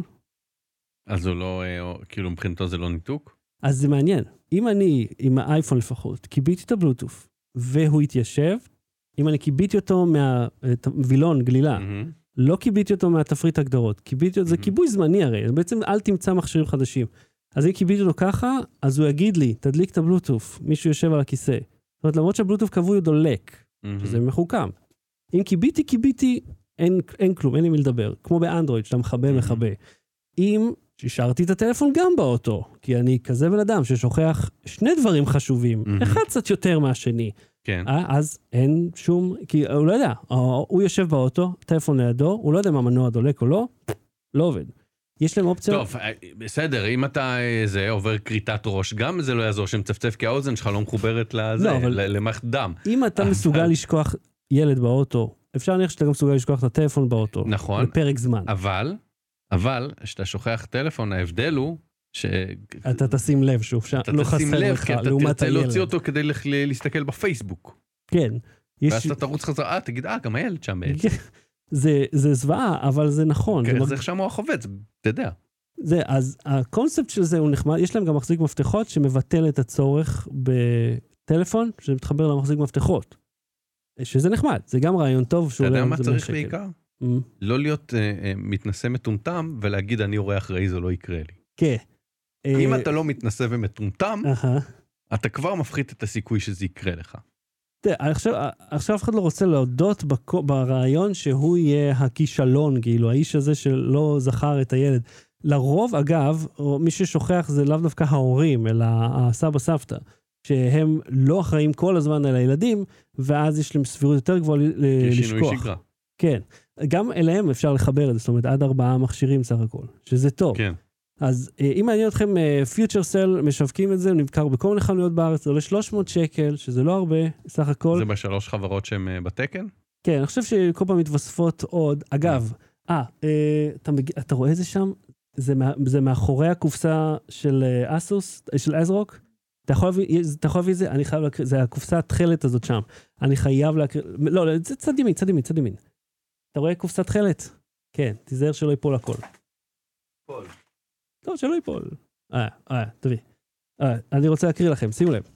אז הוא לא, כאילו מבחינתו זה לא ניתוק? אז זה מעניין. אם אני, עם האייפון לפחות, קיביתי את הבלוטוף, והוא התיישב, אם אני קיביתי אותו מהווילון גלילה, mm-hmm. לא קיביתי אותו מהתפריט הגדרות, קיביתי אותו, mm-hmm. זה קיבוי זמני הרי, בעצם אל תמצא מכשירים חדשים. אז אם קיביתי אותו ככה, אז הוא יגיד לי, תדליק את הבלוטוף, מישהו יושב על הכיסא. זאת אומרת, למרות שהבלוטוף קבוי הוא דולק, mm-hmm. שזה מחוכם. אם קיביתי, קיביתי, אין, אין כלום, אין לי מי לדבר. כמו באנדרואיד, שאתה מחבא, mm-hmm. מחבא. אם שהשארתי את הטלפון גם באוטו, כי אני כזה בן אדם ששוכח שני דברים חשובים, מהמם. אחד קצת יותר מהשני. כן. אה, אז אין שום, כי הוא לא יודע, הוא יושב באוטו, טלפון לידו, הוא לא יודע מה מנוע דולק או לא, לא עובד. יש להם אופציה... טוב, בסדר, אם אתה זה עובר קריטת ראש, גם זה לא יעזור שמצפצף, כי האוזן שלך לא מחוברת לזה, לא, אבל- ל- למערכת דם. אם אתה מסוגל לשכוח ילד באוטו, אפשר להניח שאתה גם מסוגל לשכוח את הטלפון באוטו. נכון. לפרק זמן. אבל, אבל, כשאתה שוכח טלפון, ההבדל הוא ש... אתה תשים לב שהוא אתה לא תשים חסר לב, לך, כי אתה לעומת תרצה הילד. להוציא אותו כדי לח- להסתכל בפייסבוק. כן. יש- ואז אתה תרוץ חזרה, אה, תגיד, אה, גם הילד שם בעצם. זה, זה זוועה, אבל זה נכון. כן, זה אז מרג- איך שם הוא החובץ, אתה יודע. זה, אז הקונספט של זה הוא נחמד, יש להם גם מחזיק מפתחות שמבטל את הצורך בטלפון, שמתחבר למחזיק מפתחות. שזה נחמד, זה גם רעיון טוב. אתה יודע מה זה צריך שקל. בעיקר? Mm, לא להיות אה, אה, מתנשא מטומטם ולהגיד אני הורה אחראי, זה לא יקרה לי. כן. אם אה, אתה לא מתנשא ומטומטם, אהה. אתה כבר מפחית את הסיכוי שזה יקרה לך. תראה, עכשיו, עכשיו אף אחד לא רוצה להודות בקו, ברעיון שהוא יהיה הכישלון, כאילו, האיש הזה שלא זכר את הילד. לרוב, אגב, או מי ששוכח זה לאו דווקא ההורים, אלא הסבא סבתא, שהם לא אחראים כל הזמן על הילדים, ואז יש להם סבירות יותר גבוהה ל- כי לשכוח. שינוי שגרה. כן. גם אליהם אפשר לחבר את זה, זאת אומרת, עד ארבעה מכשירים סך הכל, שזה טוב. כן. אז אה, אם מעניין אתכם, פיוטר סל משווקים את זה, הוא נמכר בכל מיני חנויות בארץ, זה עולה שלוש מאות שקל, שזה לא הרבה, סך הכל. זה בשלוש חברות שהן אה, בתקן? כן, אני חושב שכל פעם מתווספות עוד. אגב, אה, אה, אתה, מג... אתה רואה את זה שם? זה, מה... זה מאחורי הקופסה של אה, אסוס, אה, של אזרוק? אתה יכול להביא, אתה יכול להביא את זה? אני חייב להקריא, זה הקופסה התכלת הזאת שם. אני חייב להקריא, לא, לא, זה צד ימין, צד ימין, צד ימין. אתה רואה קופסת תכלת? כן, תיזהר שלא ייפול הכל. כל. לא, שלא ייפול. אה, אה, תביא. אה, אני רוצה להקריא לכם, שימו לב.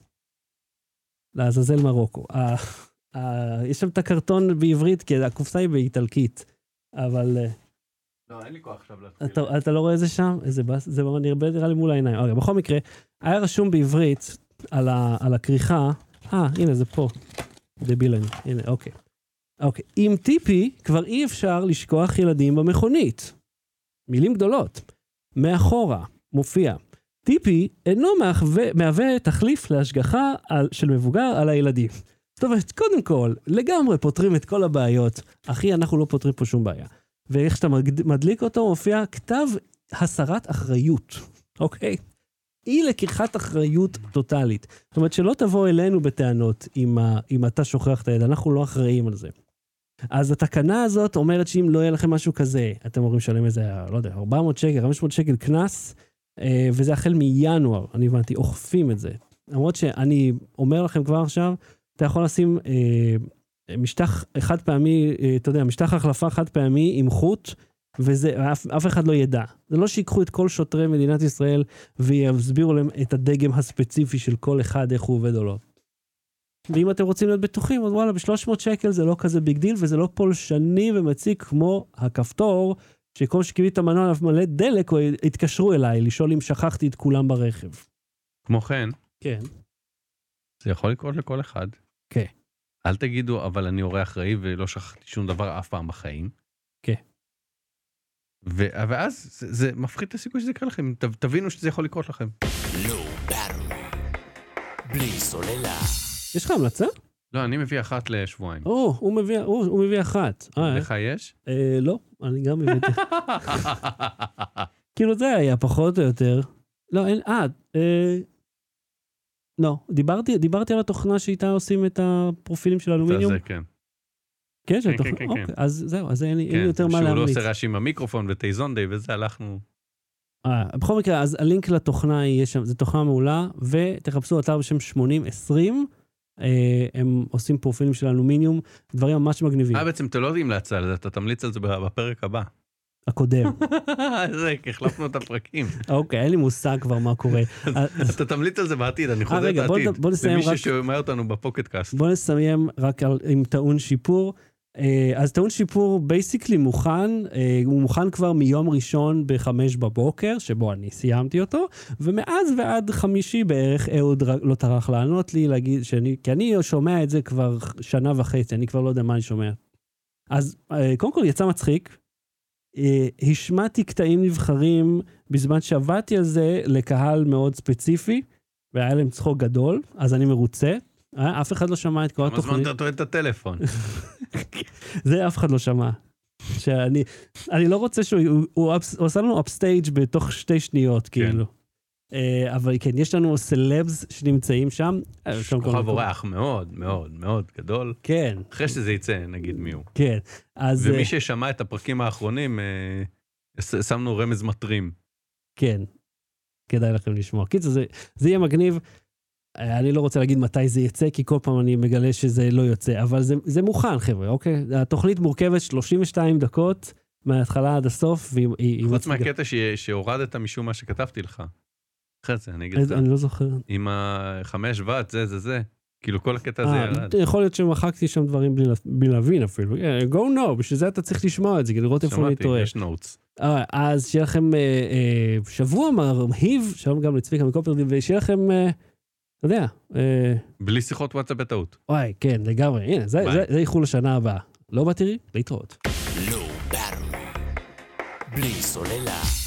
לעזאזל מרוקו. אה, אה, יש שם את הקרטון בעברית, כי הקופסה היא באיטלקית. אבל אה, לא, אין לי כוח עכשיו להתחיל. אתה, אתה לא רואה זה שם? איזה בס... זה נראה נראה לי מול העיניים. אוקיי, בכל מקרה, היה רשום בעברית על, ה, על הכריכה, אה, הנה, זה פה. דבילן, הנה, אוקיי. אוקיי, עם טיפי כבר אי אפשר לשכוח ילדים במכונית. מילים גדולות. מאחורה מופיע. טיפי אינו מהווה, מהווה תחליף להשגחה על, של מבוגר על הילדים. זאת אומרת, קודם כל, לגמרי פותרים את כל הבעיות. אחי, אנחנו לא פותרים פה שום בעיה. ואיך שאתה מדליק אותו, מופיע כתב הסרת אחריות. אוקיי? אי לקיחת אחריות טוטלית. זאת אומרת, שלא תבוא אלינו בטענות אם, אם אתה שוכח את הילד, אנחנו לא אחראים על זה. אז התקנה הזאת אומרת שאם לא יהיה לכם משהו כזה, אתם אומרים לשלם איזה, לא יודע, ארבע מאות שקל, חמש מאות שקל קנס, וזה החל מינואר, אני הבנתי, אוכפים את זה. למרות שאני אומר לכם כבר עכשיו, אתה יכול לשים אה, משטח חד פעמי, אה, אתה יודע, משטח החלפה חד פעמי עם חוט, וזה, אף, אף אחד לא ידע. זה לא שיקחו את כל שוטרי מדינת ישראל, ויסבירו להם את הדגם הספציפי של כל אחד, איך הוא עובד או לא. ואם אתם רוצים להיות בטוחים, אז וואלה, ב-שלוש מאות שקל זה לא כזה ביג דיל, וזה לא פולשני ומציק כמו הכפתור, שכל שקיבי את המנוע מלא דלק, או התקשרו אליי, לשאול אם שכחתי את כולם ברכב. כמו כן, כן. זה יכול לקרות לכל אחד. כן. אל תגידו, אבל אני הורה אחראי ולא שכחתי שום דבר אף פעם בחיים. כן. ו- ואז זה, זה מפחית את הסיכוי שזה יקרה לכם. ת- תבינו שזה יכול לקרות לכם. Low Battery. בלי סוללה. יש לך המלצה? לא, אני מביא אחת לשבועיים. או, הוא מביא, הוא, הוא מביא אחת. אה, לך יש? אה, לא, אני גם מביא. כאילו זה היה פחות או יותר. לא, אין, אה, אה, לא, דיברתי, דיברתי על התוכנה שאיתה עושים את הפרופילים של אלומיניום. זה, כן. כן, של כן, התוכנה, כן, כן, אוקיי, כן. אז זהו, אז אין לי אין לי כן, יותר מה שהוא לא להמליץ. עושה רעש עם המיקרופון וטייזון די, וזה הלכנו... אה, בכל מקרה, אז הלינק לתוכנה יהיה שם, זו תוכנה מעולה, ותחפשו אתר בשם שמונים עשרים, אה, הם עושים פרופילים של אלומיניום, דברים ממש מגניבים. אה, בעצם אתם לא יודעים להצע על זה, אתה תמליץ על זה בפרק הבא. הקודם. זה, כי החלפנו את הפרקים. אוקיי, אין לי מושג כבר מה קורה. אתה תמליץ על זה בעתיד, אני חוזר את רגע, בוא העתיד. נ- בוא נסיים למי רק- ששומע אותנו בפוקטקאסט. בואו נסיים רק על, עם טעון שיפור. אה, אז טעון שיפור בייסיקלי מוכן, אה, הוא מוכן כבר מיום ראשון בחמש בבוקר, שבו אני סיימתי אותו, ומאז ועד חמישי בערך אהוד ר- לא טרח לענות לי, להגיד שאני, כי אני שומע את זה כבר שנה וחצי, אני כבר לא יודע מה אני שומע. אז אה, קודם כל יצא מצחיק, השמעתי קטעים נבחרים בזמן שעבדתי על זה לקהל מאוד ספציפי, והיה להם צחוק גדול, אז אני מרוצה. אף אחד לא שמע את כל התוכנית. כמה זמן אתה טוען את הטלפון? זה אף אחד לא שמע. שאני, אני לא רוצה שהוא, הוא, הוא, הוא עשה לנו אפסטייג' בתוך שתי שניות, כאילו. אבל כן, יש לנו סלבס שנמצאים שם. כוכב אורח מאוד, מאוד, מאוד גדול. כן. אחרי שזה יצא, נגיד מי הוא. כן. ומי ששמע את הפרקים האחרונים, שמנו רמז מטרים. כן. כדאי לכם לשמוע. קיצור, זה, זה יהיה מגניב. אני לא רוצה להגיד מתי זה יצא, כי כל פעם אני מגלה שזה לא יוצא, אבל זה, זה מוכן, חבר'ה, אוקיי? התוכנית מורכבת שלושים ושתיים דקות, מההתחלה עד הסוף, והיא... חוץ מהקטע שהורדת משום מה שכתבתי לך. אחרי זה, אני אגיד את זה. אני לא זוכר. עם החמש וואט, זה, זה, זה. כאילו כל הקטע הזה ירד. יכול להיות שמחקתי שם דברים בלי להבין אפילו. go no, בשביל זה אתה צריך לשמוע את זה, כדי לראות איפה אני טועה. שמעתי, יש נוטס. אז שיהיה לכם שבוע מרהיב, שלום גם לצביקה מקופרדיל, ושיהיה לכם... אתה יודע. בלי שיחות וואטסאפ בטעות. וואי, כן, לגמרי. הנה, זה איחול לשנה הבאה. לא בא תראי? להתראות. לא באטרי. בלי סוללה.